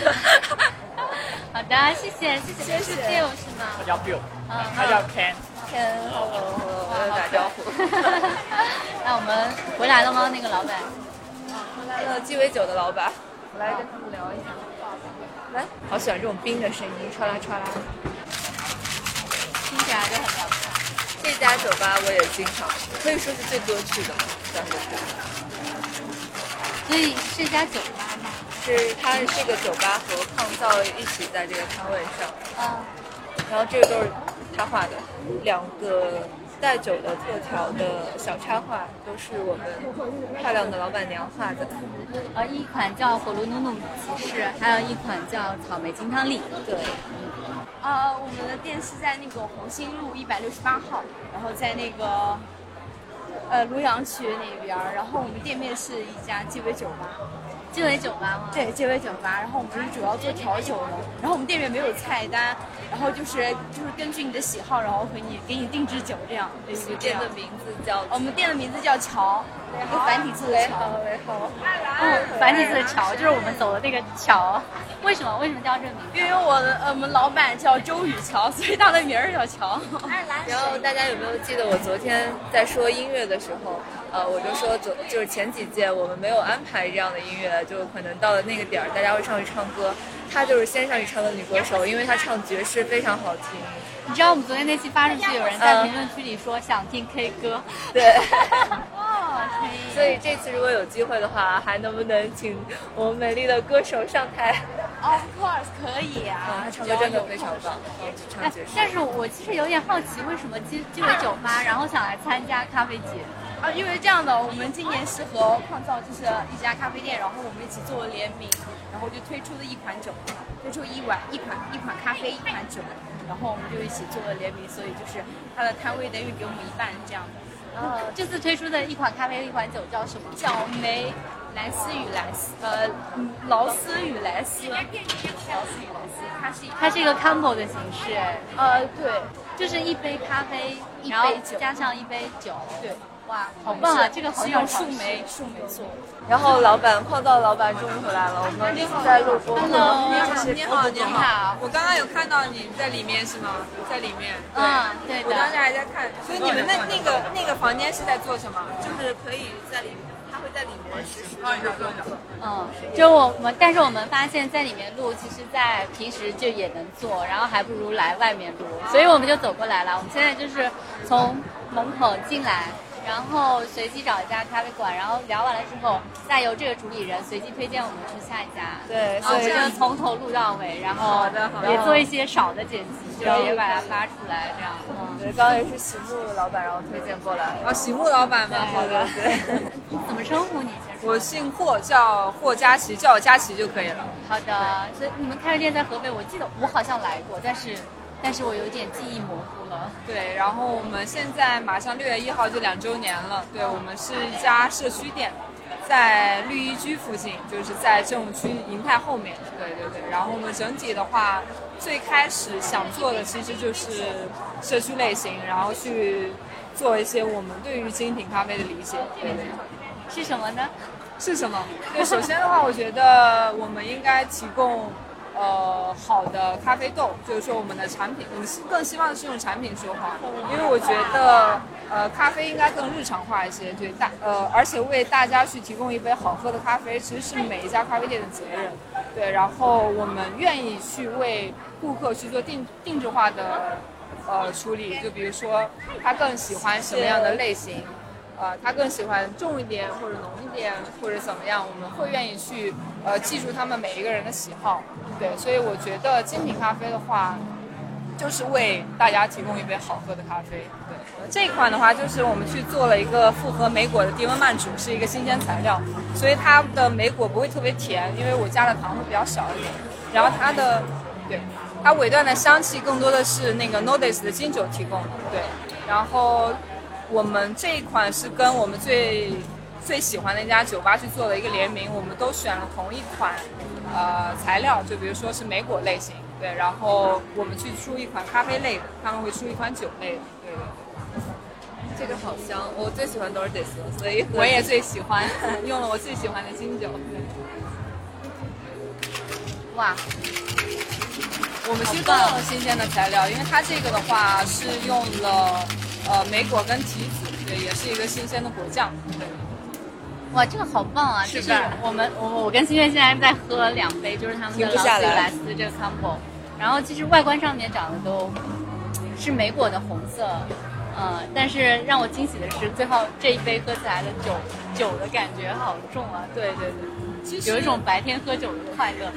好的，谢谢，谢谢，是 Bill 是吗？ 他叫 Bill， 嗯， 他叫 Ken。 Ken， 我要打招呼。 那我们回来了吗？那个老板？ 回来了，鸡尾酒的老板。我来跟他们聊一下。来，好喜欢这种冰的声音，唰啦唰啦， 听起来就很疗愈。 这家酒吧我也经常，可以说是最多去的，算是。 所以是一家酒吧吗？ 是，它是这个酒吧和抗造一起在这个摊位上。 啊。 然后这个都是他画的，两个带酒的特调的小插画，都是我们漂亮的老板娘画的。 呃，一款叫火炉努努骑士，还有一款叫草莓金汤力。 对。 呃，我们的店是在那个红星路一百六十八号，然后在那个呃庐阳区那边，然后我们店面是一家鸡尾酒吧。 鸡尾酒吧吗？ 对，鸡尾酒吧。然后我们是主要做调酒的，然后我们店里面没有菜单，然后就是就是根据你的喜好，然后给你给你定制酒这样。 我们店的名字叫， 我们店的名字叫桥，一个繁体字的桥。 好， 嗯，繁体字的桥就是我们走的那个桥。为什么？为什么叫这个名字？ 因为我的呃我们老板叫周宇桥，所以他的名儿叫桥。 然后大家有没有记得我昨天在说音乐的时候？呃，我就说昨就是前几届我们没有安排这样的音乐，就可能到了那个点儿，大家会上去唱歌。她就是先上去唱的女歌手，因为她唱爵士非常好听。 你知道我们昨天那期发出去，有人在评论区里说想听 K 歌。 对。 哦，可以。 所以这次如果有机会的话，还能不能请我们美丽的歌手上台 ？Of course， 可以啊。 啊，她唱歌真的非常棒，唱爵士。 但是我其实有点好奇，为什么鸡鸡尾酒吧，然后想来参加咖啡节？ 啊，因为这样的，我们今年是和创造就是一家咖啡店，然后我们一起做了联名，然后就推出了一款酒，推出一碗一款一款咖啡一款酒，然后我们就一起做了联名，所以就是它的摊位等于给我们一半这样的。 呃，这次推出的一款咖啡一款酒叫什么？ 叫梅莱斯与莱斯，呃，劳斯与莱斯，劳斯与莱斯，它是它是一个 combo 的形式， 呃，对， 就是一杯咖啡， 一杯酒加上一杯酒， 对。 哇，好棒啊！这个好用树莓树莓做。 然后老板矿造老板终于回来了，我们在录播客。 你好，你好，我刚刚有看到你在里面是吗？在里面。 嗯，对的。 我当时还在看，所以你们那那个那个房间是在做什么？ 就是可以在里面，他会在里面实时做播客。 嗯，就我们，但是我们发现，在里面录，其实在平时就也能做，然后还不如来外面录，所以我们就走过来了。我们现在就是从门口进来。然后随机找一家咖啡馆，然后聊完了之后，再由这个主理人随机推荐我们去下一家。 对， 所以就从头录到尾，然后也做一些少的剪辑，然后也把它发出来，这样。 嗯，对，刚刚也是喜木老板，然后推荐过来。 哦，喜木老板吗？ 好的，对。 怎么称呼你？ 我姓霍，叫霍佳琪，叫我佳琪就可以了。 好的，所以你们开的店在河北，我记得我好像来过，但是。但是我有点记忆模糊了。 对，然后我们现在马上六月一号就两周年了。对，我们是一家社区店，在绿衣居附近，就是在政务区银泰后面。对对对。然后我们整体的话，最开始想做的其实就是社区类型，然后去做一些我们对于精品咖啡的理解。对对。 是什么呢？ 是什么？对，首先的话，我觉得我们应该提供。呃，好的咖啡豆，就是说我们的产品，我们更希望的是用产品说话，因为我觉得，呃，咖啡应该更日常化一些，对大，呃，而且为大家去提供一杯好喝的咖啡，其实是每一家咖啡店的责任，对，然后我们愿意去为顾客去做定定制化的，呃，处理，就比如说他更喜欢什么样的类型。呃，他更喜欢重一点或者浓一点或者怎么样，我们会愿意去呃记住他们每一个人的喜好，对，所以我觉得精品咖啡的话，就是为大家提供一杯好喝的咖啡。对，这一款的话，就是我们去做了一个复合莓果的低温慢煮，是一个新鲜材料，所以它的莓果不会特别甜，因为我加的糖会比较少一点。然后它的，对，它尾段的香气更多的是那个 Nodis 的金酒提供的，对，然后。我们这一款是跟我们最最喜欢的一家酒吧去做了一个联名，我们都选了同一款呃材料，就比如说是莓果类型，对，然后我们去出一款咖啡类的，他们会出一款酒类的，对对对。 这个好香，我最喜欢都是 this， 所以我也最喜欢，用了我最喜欢的金酒。 哇， 我们其实都用了新鲜的材料，因为它这个的话是用了。呃，莓果跟提子，对，也是一个新鲜的果酱。对， 哇，这个好棒啊！ 是就是我们我我跟新月现在在喝两杯，就是他们的劳斯与莱斯这个 combo。然后其实外观上面长得都是莓果的红色， 嗯，但是让我惊喜的是，最后这一杯喝起来的酒酒的感觉好重啊！对对对，其实有一种白天喝酒的快乐。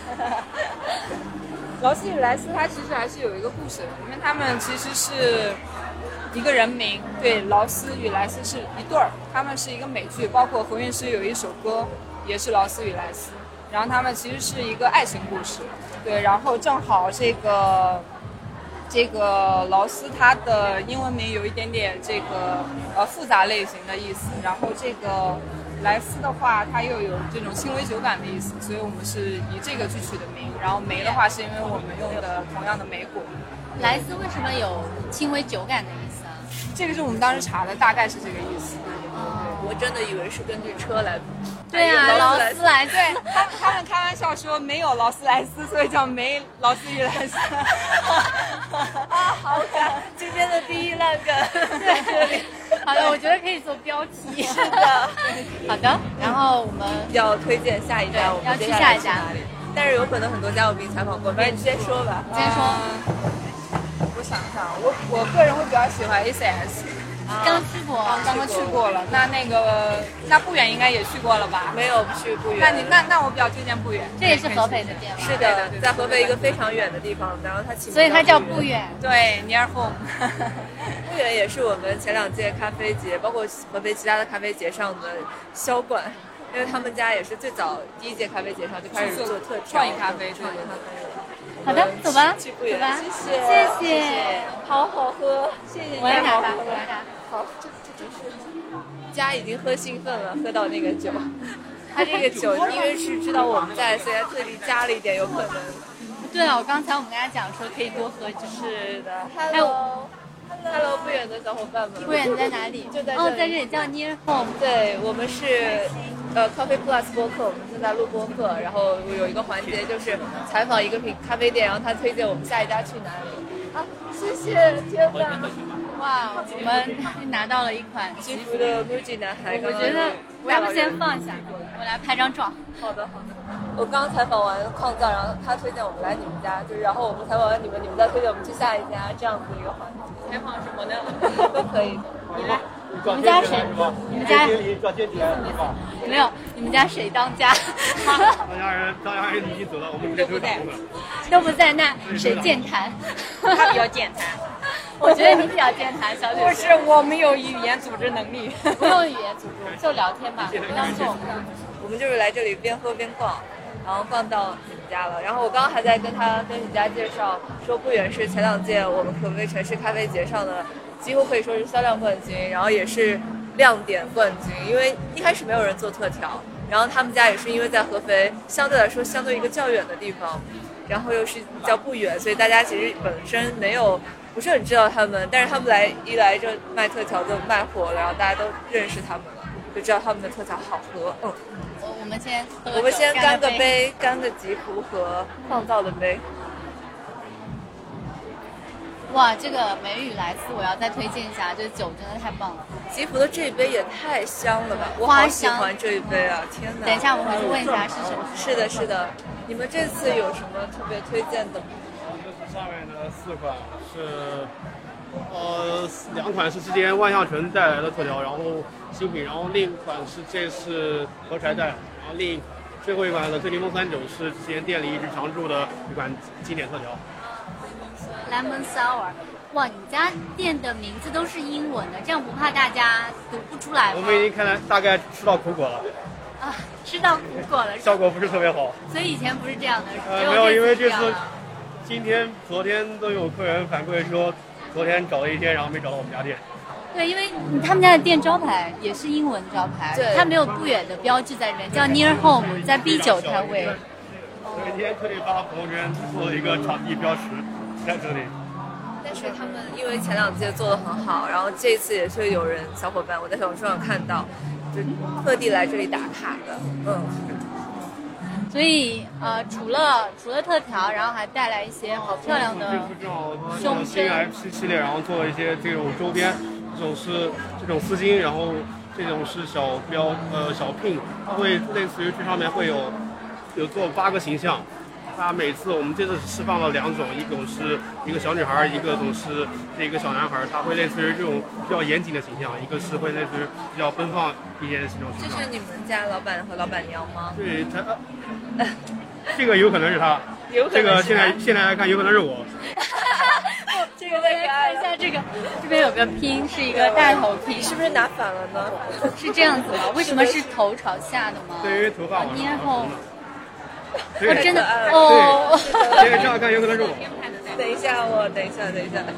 劳斯与莱斯它其实还是有一个故事的，因为他们其实是一个人名，对，劳斯与莱斯是一对儿，他们是一个美剧，包括何韵诗有一首歌也是劳斯与莱斯，然后他们其实是一个爱情故事，对，然后正好这个。这个劳斯他的英文名有一点点这个呃复杂类型的意思，然后这个莱斯的话它又有这种轻微酒感的意思，所以我们是以这个去取的名。然后梅的话是因为我们用的同样的梅果。 莱斯为什么有轻微酒感的意思啊？ 这个是我们当时查的，大概是这个意思。 我真的以为是根据车来。 对啊，劳斯莱斯， 对他他们开玩笑说没有劳斯莱斯，所以叫梅劳斯与莱斯。 啊，好感，今天的第一烂梗在这里。 好的，我觉得可以做标题。 是的， 好的。然后我们要推荐下一家，我们要去下一家哪里？但是有可能很多家我比你采访过，反正你先说吧。 先说。 我想想，我我个人会比较喜欢 A C S。 刚去过， 刚刚去过了。那那个，那不远应该也去过了吧？ 没有去不远。 那你那那我比较推荐不远。 这也是合肥的店吗？ 是的，在合肥一个非常远的地方，然后它起名所以它叫不远。 对 ，near home。 不远也是我们前两届咖啡节，包括合肥其他的咖啡节上的销冠，因为他们家也是最早第一届咖啡节上就开始做特创意咖啡， 创意咖啡。 好的，走吧， 去不远， 走吧， 谢谢， 谢谢， 好好喝，谢谢你， 我来拿吧，我来拿。 好，这这真是家已经喝兴奋了，喝到那个酒，他这个酒因为是知道我们在，所以他特地加了一点，有可能。 对啊，我刚才我们跟他讲说可以多喝酒。 是的 ，Hello。Hello， 不远的小伙伴们。 不远在哪里？ 就在这里。 哦，在这里叫 Near Home。 对，我们是呃 Coffee Plus 播客，我们正在录播客，然后有一个环节就是采访一个品咖啡店，然后他推荐我们下一家去哪里。啊，谢谢，天哪！ 哇，我们拿到了一款吉福的 Muji 男孩。 我觉得我要不先放下，我来拍张照。 好的，好的。我刚采访完矿藏，然后他推荐我们来你们家，就是然后我们采访完你们，你们再推荐我们去下一家，这样子一个环节。 采访什么呢？ 都可以。 你来。你们家谁？你们家没有？你们家谁当家？ 当家人，当家人已经走了，我们都不在，都不在。那谁健谈？ 他比较健谈。 我觉得你比较健谈，小姐。 不是，我们有语言组织能力。 不用语言组织，就聊天吧，不要做。 我们就是来这里边喝边逛，然后逛到你们家了。然后我刚刚还在跟他跟你家介绍，说不远是前两届我们合肥城市咖啡节上的。几乎可以说是销量冠军，然后也是亮点冠军。因为一开始没有人做特调，然后他们家也是因为在合肥相对来说相对一个较远的地方，然后又是较不远，所以大家其实本身没有不是很知道他们，但是他们来一来就卖特调就卖火了，然后大家都认识他们了，就知道他们的特调好喝。嗯， 我我们先我们先干个杯，干个吉福和创造的杯。 哇，这个梅雨莱斯我要再推荐一下，这个酒真的太棒了。 吉福的这一杯也太香了吧！我好喜欢这一杯啊！天哪！ 等一下我们回去问一下是什么。 是的，是的。你们这次有什么特别推荐的吗？ 这上面的四款是，呃，两款是之前万象城带来的特调，然后新品，然后另一款是这次和柴带，然后另一款最后一款的醉柠檬三九是之前店里一直常驻的一款经典特调。 Lemon Sour， 哇，你家店的名字都是英文的，这样不怕大家读不出来吗？ 我们已经看来大概吃到苦果了。 啊，吃到苦果了， 效果不是特别好。 所以以前不是这样的。 呃，没有，因为这次、今天、昨天都有客人反馈说，昨天找了一天，然后没找到我们家店。 对，因为他们家的店招牌也是英文招牌，它没有不远的标志在里面，叫 Near Home， 在 B 九摊位。 所以今天特地发朋友圈做了一个场地标识。在这里， 但是他们因为前两届做得很好，然后这一次也是有人小伙伴我在小红书上看到，就特地来这里打卡的，嗯。 所以呃，除了除了特调，然后还带来一些好漂亮的胸新 F 七系列，然后做了一些这种周边，这种是这种丝巾，然后这种是小标呃小 pin， 它会类似于这上面会有有做八个形象。 它每次我们这次释放了两种，一种是一个小女孩，一个种是一个小男孩，他会类似于这种比较严谨的形象，一个是会类似于比较奔放一些的形象。 这是你们家老板和老板娘吗？ 对，他这个有可能是他， 有可能是他这个现在现在来看有可能是我。 这个再看一下这个，这边有个拼，是一个大头拼， 是不是拿反了呢？ 是这样子吗？为什么是头朝下的吗？ 对，因为头发往咽后。 我真的哦， 这个这样看有可能是我。 等一下，我等一下，等一下，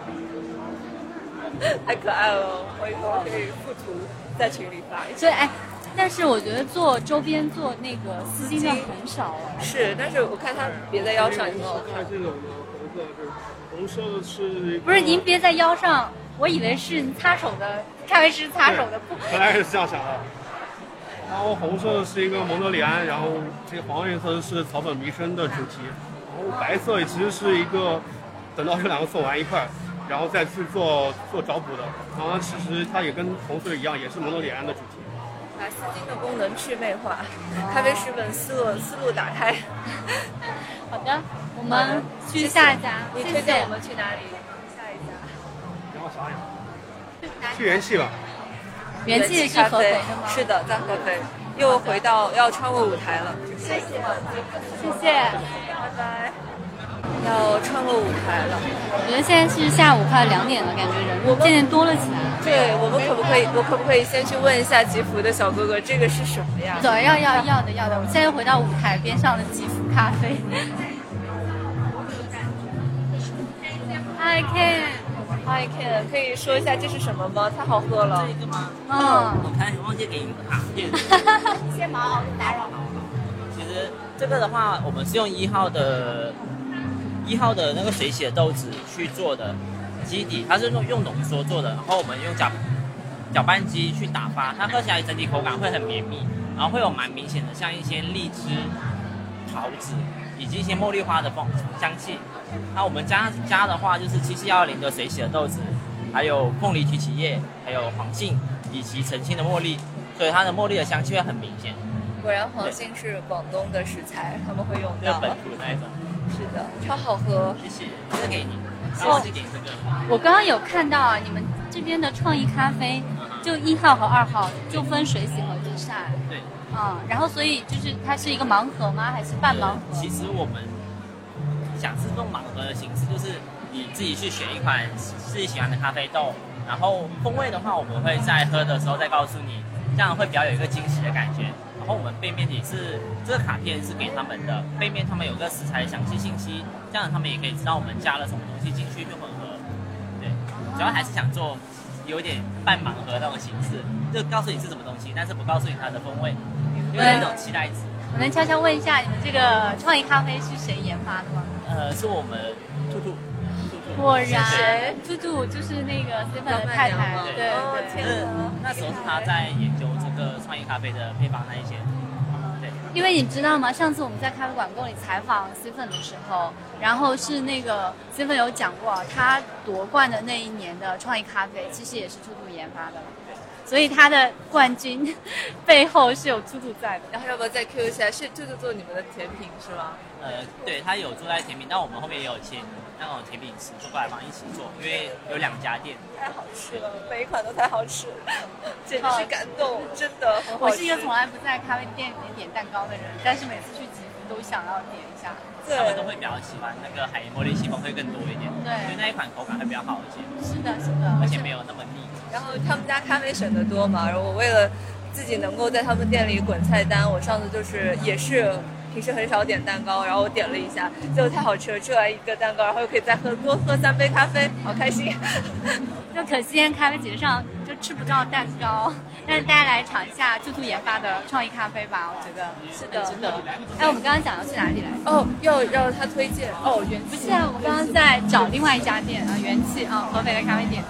太可爱了，我一会儿可以附图在群里发一下。 所以哎，但是我觉得做周边做那个丝巾的很少哎。 是，但是我看它别在腰上也很好看。 这种的红色是红色是不是您别在腰上，我以为是擦手的咖啡师擦手的布。 本来是这样想的。然后红色是一个蒙德里安，然后这个黄颜色是草本弥生的主题，然后白色其实是一个等到这两个做完一块，然后再去做做找补的。然后其实它也跟红色一样，也是蒙德里安的主题。 把丝巾的功能去魅化，咖啡师本思路思路打开。 好的，我们去下一家。 你推荐我们去哪里？下一家。 然后想想，去元气吧。 元气是合肥的吗？ 是的，在合肥。又回到要穿过舞台了。谢谢， 谢谢， 拜拜。要穿过舞台了。 我觉得现在是下午快两点了，感觉人渐渐多了起来。 对，我们可不可以？我可不可以先去问一下吉福的小哥哥，这个是什么呀？ 对，要要要的要的。我们现在回到舞台边上的吉福咖啡。Hi Ken。Hi Ken， 可以说一下这是什么吗？太好喝了。 这个吗？ 嗯， 我看忘记给你们卡片。 谢谢毛，打扰。 其实这个的话，我们是用一号的，一号的那个水洗的豆子去做的基底，它是用用浓缩做的，然后我们用搅搅拌机去打发，它喝起来整体口感会很绵密，然后会有蛮明显的像一些荔枝、桃子以及一些茉莉花的风香气。那我们加加的话就是七七一零的水洗的豆子，还有凤梨提起叶，还有黄杏以及澄清的茉莉，所以它的茉莉的香气会很明显。 果然黄杏是广东的食材，他们会用到本土的那一种。 是的，超好喝。 谢谢，这个给你，然后就给你这个。 我刚刚有看到啊，你们这边的创意咖啡，就一号和二号就分水洗和日晒。 对。 啊、嗯，然后所以就是它是一个盲盒吗？还是半盲盒？ 其实我们想是用盲盒的形式，就是你自己去选一款自己喜欢的咖啡豆，然后风味的话，我们会在喝的时候再告诉你，这样会比较有一个惊喜的感觉。然后我们背面也是这个卡片是给他们的，背面他们有个食材详细信息，这样他们也可以知道我们加了什么东西进去去混合。对，主要还是想做有点半盲盒那种形式，就告诉你是什么东西，但是不告诉你它的风味，有点那种期待值。 我能悄悄问一下，你们这个创意咖啡是谁研发的吗？ 呃，是我们兔兔。 果然，兔兔就是那个 Stephen 的太太。对对对。 是那时候是他在研究这个创意咖啡的配方那一些。对。 因为你知道吗？上次我们在咖啡馆跟里采访 Stephen 的时候，然后是那个 Stephen 有讲过，他夺冠的那一年的创意咖啡其实也是兔兔研发的。所以他的冠军背后是有兔兔在的。 然后要不要再 Q 一下，是兔兔做你们的甜品是吗？ 呃，对，他有做在甜品，但我们后面也有请那种甜品师做过来帮一起做，因为有两家店。 太好吃了，每一款都太好吃，简直是感动，真的很好吃。 我是一个从来不在咖啡店里面点蛋糕的人，但是每次去吉福都想要点一下。 他们都会比较喜欢那个海盐茉莉西风会更多一点， 对， 所以那一款口感会比较好一些。 是的，是的， 而且没有那么腻。 然后他们家咖啡省得多嘛，然后我为了自己能够在他们店里滚菜单，我上次就是也是平时很少点蛋糕，然后我点了一下，结果太好吃了，吃完一个蛋糕，然后又可以再喝多喝三杯咖啡，好开心。 就可惜咖啡节上就吃不到蛋糕，但是大家来尝一下兔兔研发的创意咖啡吧，我觉得是的， 值得。哎，我们刚刚讲要去哪里来？ 哦，要让他推荐哦，元气。 不是啊，我们刚刚在找另外一家店啊，元气啊，合肥的咖啡店。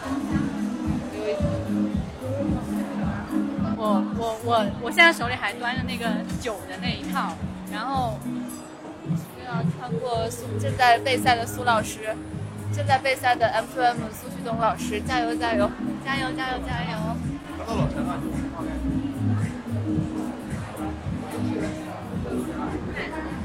我我我我现在手里还端着那个酒的那一套，然后又要穿过苏正在备赛的苏老师，正在备赛的 M to M 苏旭东老师，加油加油加油加油加油！ 找到老陈了。 我们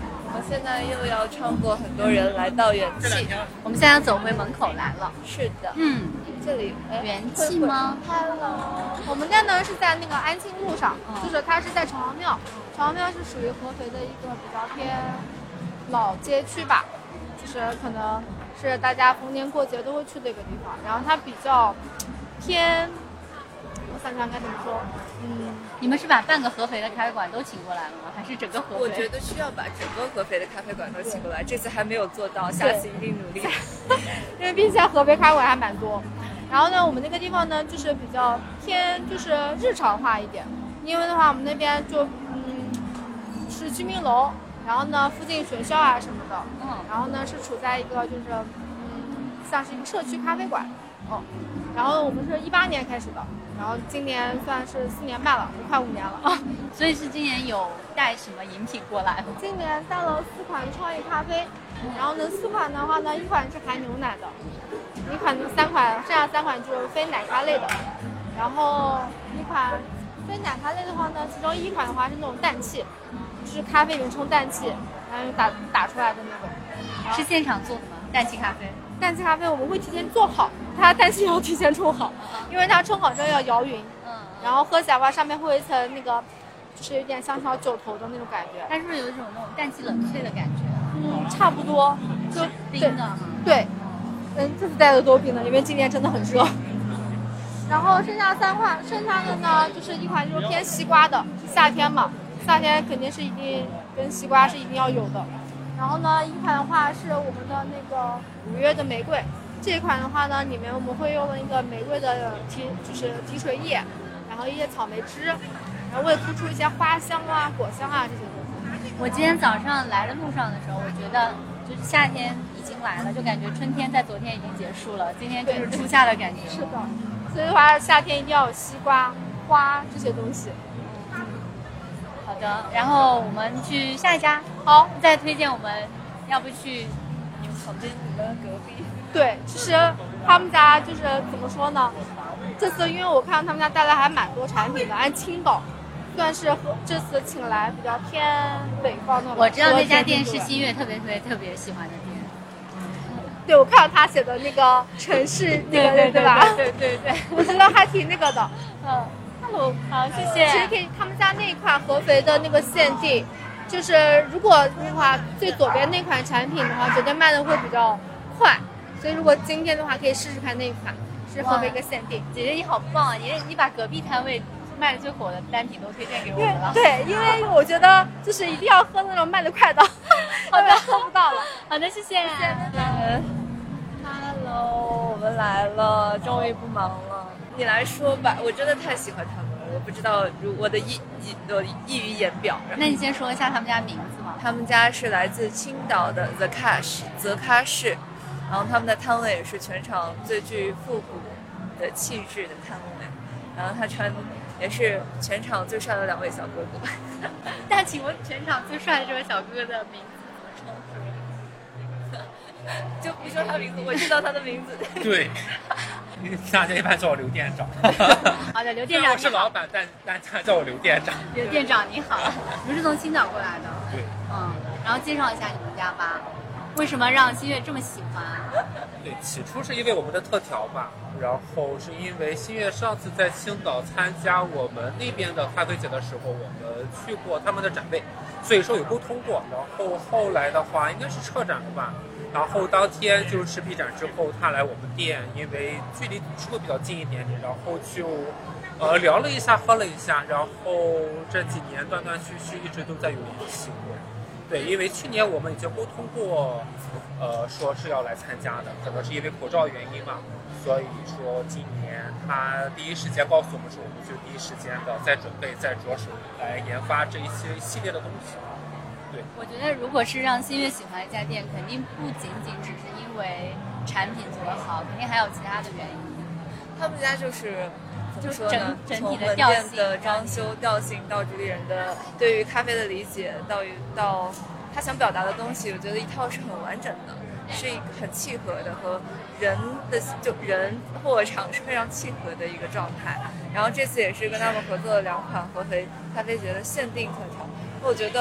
现在又要穿过很多人来到元气， 我们现在走回门口来了。 是的， 嗯， 这里元气吗 ？Hello， 我们店呢是在那个安庆路上，嗯、就是它是在城隍庙，城隍庙是属于合肥的一个比较偏老街区吧，就是可能是大家逢年过节都会去的一个地方，然后它比较偏。我想想该怎么说， 嗯，你们是把半个合肥的咖啡馆都请过来了吗？还是整个合肥？ 我觉得需要把整个合肥的咖啡馆都请过来，这次还没有做到，下次一定努力。 因为毕竟合肥咖啡馆还蛮多，然后呢，我们那个地方呢就是比较偏就是日常化一点，因为的话我们那边就嗯是居民楼，然后呢附近学校啊什么的，嗯，然后呢是处在一个就是嗯像是一个社区咖啡馆，哦，然后我们是一八年开始的。然后今年算是四年半了，快五年了啊！ 所以是今年有带什么饮品过来吗？ 今年带了四款创意咖啡，然后呢，四款的话呢，一款是含牛奶的，一款三款，剩下三款就是非奶咖类的。然后一款非奶咖类的话呢，其中一款的话是那种氮气，就是咖啡里面冲氮气，然后打打出来的那种。 是现场做的吗？氮气咖啡？ 氮气咖啡我们会提前做好，它氮气要提前冲好，因为它冲好之后要摇匀，嗯，然后喝起来的话上面会有一层那个，就是有点像小酒头的那种感觉。 它是不是有一种那种氮气冷萃的感觉？ 嗯，差不多，就冰的哈。 对，嗯，这次带的都冰的，因为今年真的很热。然后剩下三款，剩下的呢就是一款就是偏西瓜的，夏天嘛，夏天肯定是一定跟西瓜是一定要有的。然后呢，一款的话是我们的那个五月的玫瑰，这一款的话呢，里面我们会用了一个玫瑰的提，就是提水液，然后一些草莓汁，然后为了突出一些花香啊、果香啊这些东西。 我今天早上来的路上的时候，我觉得就是夏天已经来了，就感觉春天在昨天已经结束了，今天就是初夏的感觉。 是的，所以的话夏天一定要有西瓜、花这些东西。 好的，然后我们去下一家。 好， 再推荐我们，要不去你们旁边你们隔壁？ 对，其实他们家就是怎么说呢？这次因为我看他们家带来还蛮多产品的，按青岛算是这次请来比较偏北方的。 我知道那家店是新月特别特别特别喜欢的店。 对，我看到他写的那个城市那个对对吧？ 对对对， 我觉得还挺那个的。嗯。 Hello， 好，谢谢。 其实可以，他们家那一款合肥的那个限定，就是如果那话最左边那款产品的话，觉得卖的会比较快，所以如果今天的话可以试试看那一款，是合肥一个限定。 姐姐你好棒啊！你你把隔壁摊位卖的最火的单品都推荐给我们了。 对，因为我觉得就是一定要喝那种卖的快的， 好的， 喝不到了。 好的，谢谢。谢谢。Hello， 我们来了，终于不忙了。你来说吧，我真的太喜欢他们了，我不知道如我的溢溢我溢于言表。 那你先说一下他们家名字嘛？ 他们家是来自青岛的 The Cash 泽咖士，然后他们的摊位也是全场最具复古的气质的摊位，然后他穿也是全场最帅的两位小哥哥。 但请问全场最帅的这位小哥哥的名字怎么称呼？就不说他名字，我知道他的名字。 对。大家一般叫我刘店长。 好的，刘店长。 我是老板，但但他叫我刘店长。 刘店长你好，你们是从青岛过来的？ 对。 嗯，然后介绍一下你们家吧。为什么让新月这么喜欢？ 对，起初是因为我们的特调吧，然后是因为新月上次在青岛参加我们那边的咖啡节的时候，我们去过他们的展位，所以说有沟通过。然后后来的话，应该是撤展了吧。然后当天就是吃闭展之后，他来我们店，因为距离读书会比较近一点点，然后就呃聊了一下，喝了一下，然后这几年断断续续一直都在有联系过。对，因为去年我们已经沟通过，呃，说是要来参加的，可能是因为口罩原因嘛，所以说今年他第一时间告诉我们说，我们就第一时间的在准备，在着手来研发这一些系列的东西。对， 我觉得如果是让新月喜欢一家店，肯定不仅仅只是因为产品做得好，肯定还有其他的原因。 他们家就是就是整整体的调性、的装修调性到主理人的对于咖啡的理解，到于到他想表达的东西，我觉得一套是很完整的，是一个很契合的和人的就人或场是非常契合的一个状态。然后这次也是跟他们合作了两款合肥咖啡节的限定特调，我觉得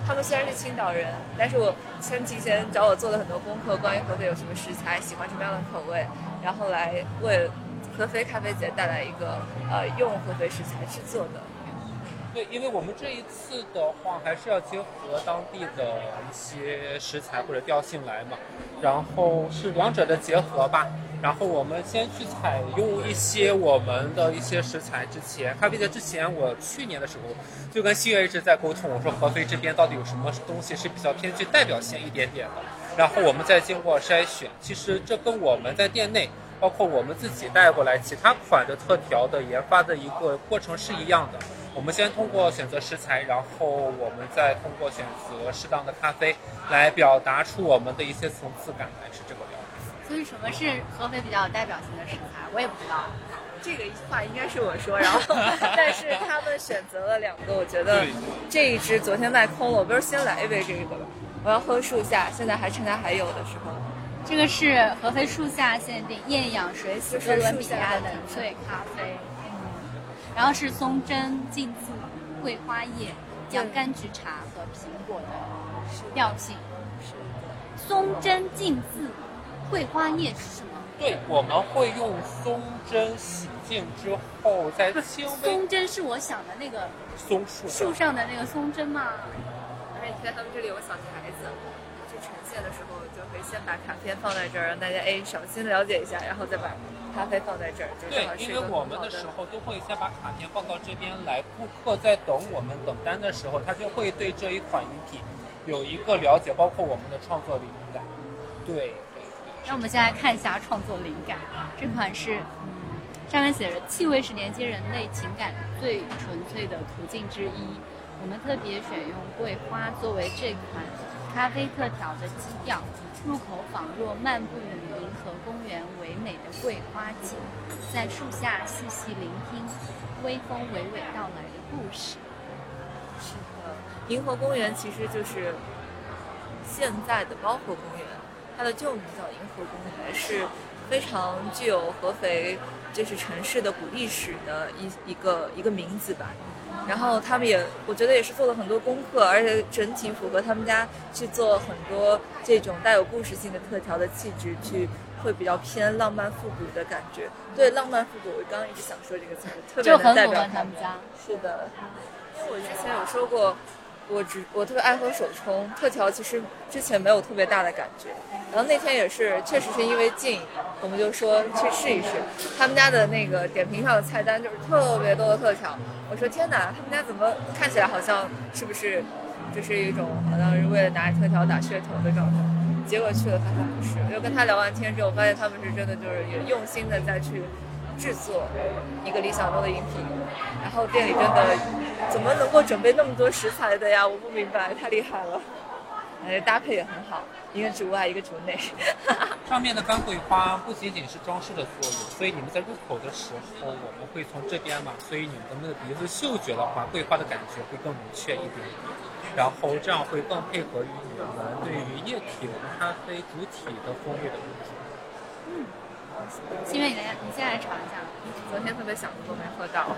他们虽然是青岛人，但是我先提前找我做了很多功课，关于合肥有什么食材，喜欢什么样的口味，然后来为合肥咖啡节带来一个呃用合肥食材制作的。 对，因为我们这一次的话，还是要结合当地的一些食材或者调性来嘛，然后是两者的结合吧。然后我们先去采用一些我们的一些食材。之前咖啡节之前，我去年的时候就跟新月一直在沟通，我说合肥这边到底有什么东西是比较偏具代表性一点点的，然后我们再经过筛选。其实这跟我们在店内，包括我们自己带过来其他款的特调的研发的一个过程是一样的。我们先通过选择食材，然后我们再通过选择适当的咖啡来表达出我们的一些层次感来，是这个样子。 所以什么是合肥比较有代表性的食材，我也不知道。 这个话应该是我说，然后但是他们选择了两个，我觉得这一支昨天卖空了，我不如先来一杯这个吧。我要喝树下，现在还趁它还有的时候。 这个是合肥树下限定厌氧水洗哥伦比亚冷萃咖啡，嗯，然后是松针、浸渍、桂花叶、洋甘菊茶和苹果的调性。是的。松针、浸渍、桂花叶是什么？ 对，我们会用松针洗净之后再轻微。 松针是我想的那个松树树上的那个松针吗？ 而且你看他们这里有个小台子，去呈现的时候就可以先把卡片放在这儿，让大家哎小心了解一下，然后再把咖啡放在这儿。 对，因为我们的时候都会先把卡片放到这边来，顾客在等我们等单的时候，他就会对这一款饮品有一个了解，包括我们的创作灵感。对。 那我们先来看一下创作灵感，这款是，嗯，上面写着气味是连接人类情感最纯粹的途径之一。我们特别选用桂花作为这款咖啡特调的基调，入口仿若漫步于银河公园唯美的桂花景，在树下细细聆听微风娓娓道来的故事。 是的，银河公园其实就是现在的包河公园。它的旧名叫银河公园，是非常具有合肥就是城市的古历史的一一个一个名字吧。然后他们也，我觉得也是做了很多功课，而且整体符合他们家去做很多这种带有故事性的特调的气质，去会比较偏浪漫复古的感觉。对，浪漫复古，我刚刚一直想说这个词，特别能代表他们家。 是的，因为我之前有说过。我只我特别爱喝手冲特调，其实之前没有特别大的感觉，然后那天也是，确实是因为近，我们就说去试一试。他们家的那个点评上的菜单就是特别多的特调，我说天哪，他们家怎么看起来好像是不是就是一种好像是为了拿特调打噱头的状态？结果去了发现不是，我就跟他聊完天之后，发现他们是真的就是也用心的在去制作一个理想中的饮品，然后店里真的怎么能够准备那么多食材的呀？我不明白，太厉害了。哎，搭配也很好，一个主外，一个主内。 上面的干桂花不仅仅是装饰的作用，所以你们在入口的时候，我们会从这边嘛，所以你们的那个鼻子嗅觉的话，桂花的感觉会更明确一点，然后这样会更配合于你们对于液体浓咖啡主体的风味的捕捉。 嗯。新月，你来，你先来尝一下。 昨天特别想喝，都没喝到。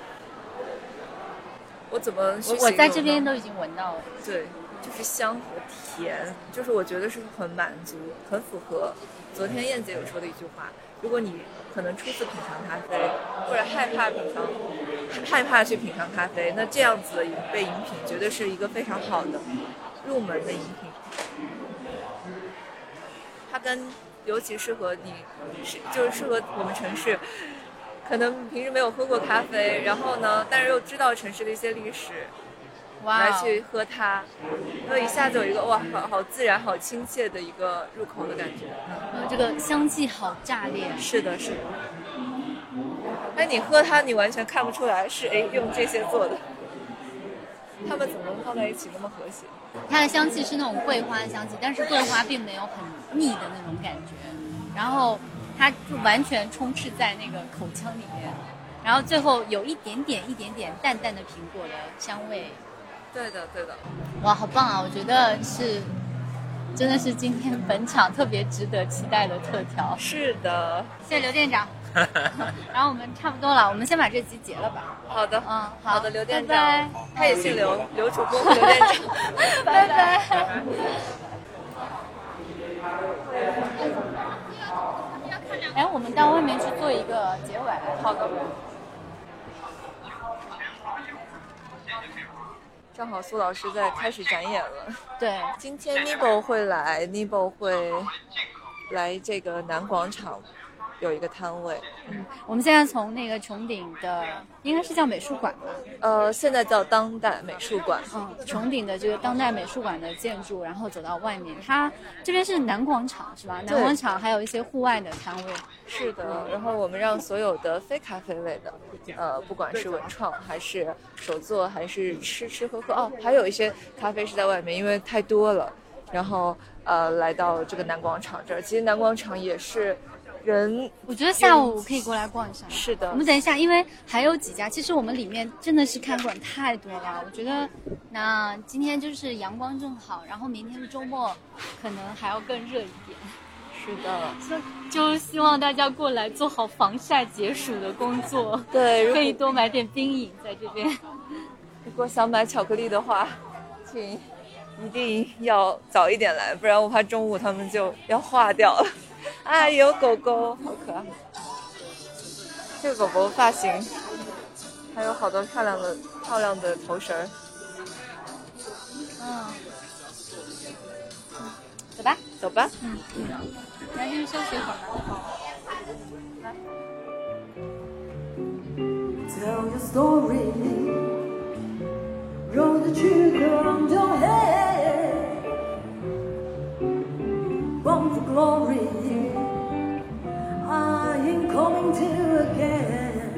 我怎么我我在这边都已经闻到了。 对，就是香和甜，就是我觉得是很满足，很符合昨天燕姐有说的一句话：如果你可能初次品尝咖啡，或者害怕品尝，害怕去品尝咖啡，那这样子的一杯饮品绝对是一个非常好的入门的饮品。它跟尤其适合你，是就是适合我们城市，可能平时没有喝过咖啡，然后呢，但是又知道城市的一些历史， 哇， 来去喝它，那一下子有一个哇，好好自然、好亲切的一个入口的感觉。 嗯，这个香气好炸裂。 是的，是的。哎，你喝它，你完全看不出来是哎用这些做的，它们怎么能放在一起那么和谐？ 它的香气是那种桂花的香气，但是桂花并没有很腻的那种感觉，然后它就完全充斥在那个口腔里面，然后最后有一点点一点点淡淡的苹果的香味。 对的，对的。 哇，好棒啊！我觉得是，真的是今天本场特别值得期待的特调。 是的， 谢谢刘店长。 然后我们差不多了，我们先把这集结了吧。 好的， 嗯，好好的，刘店长， 拜拜他也姓刘，刘主播和刘店长， 拜拜。哎，我们到外面去做一个结尾。 好的。正好苏老师在开始展演了。 对， 今天 Nibo 会来 ，Nibo 会来这个南广场有一个摊位。 嗯，我们现在从那个穹顶的，应该是叫美术馆吧？ 呃，现在叫当代美术馆。 嗯，穹顶的这个当代美术馆的建筑，然后走到外面，它这边是南广场是吧？南广场还有一些户外的摊位。 是的，然后我们让所有的非咖啡类的，呃，不管是文创还是手作还是吃吃喝喝，哦，还有一些咖啡是在外面，因为太多了。然后呃，来到这个南广场这儿，其实南广场也是人， 我觉得下午可以过来逛一下。 是的， 我们等一下，因为还有几家，其实我们里面真的是看馆太多了。我觉得那今天就是阳光正好，然后明天的周末可能还要更热一点。 是的， 就希望大家过来做好防晒解暑的工作。 对， 可以多买点冰饮在这边。 如果想买巧克力的话，请一定要早一点来，不然我怕中午他们就要化掉了。啊，有狗狗，好可爱！这个狗狗发型还有好多漂亮的漂亮的头绳。 嗯，走吧， 走吧。 嗯嗯，来这边休息一会儿吧。好，来。 Tell your story, roll the trigger on your head, run for glory. I ain't coming to again.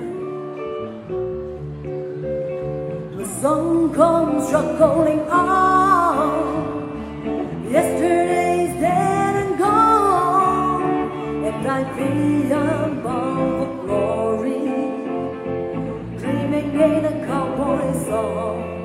The sun comes struggling on. Yesterday's dead and gone, and I feel above the glory, dreaming in a cowboy song.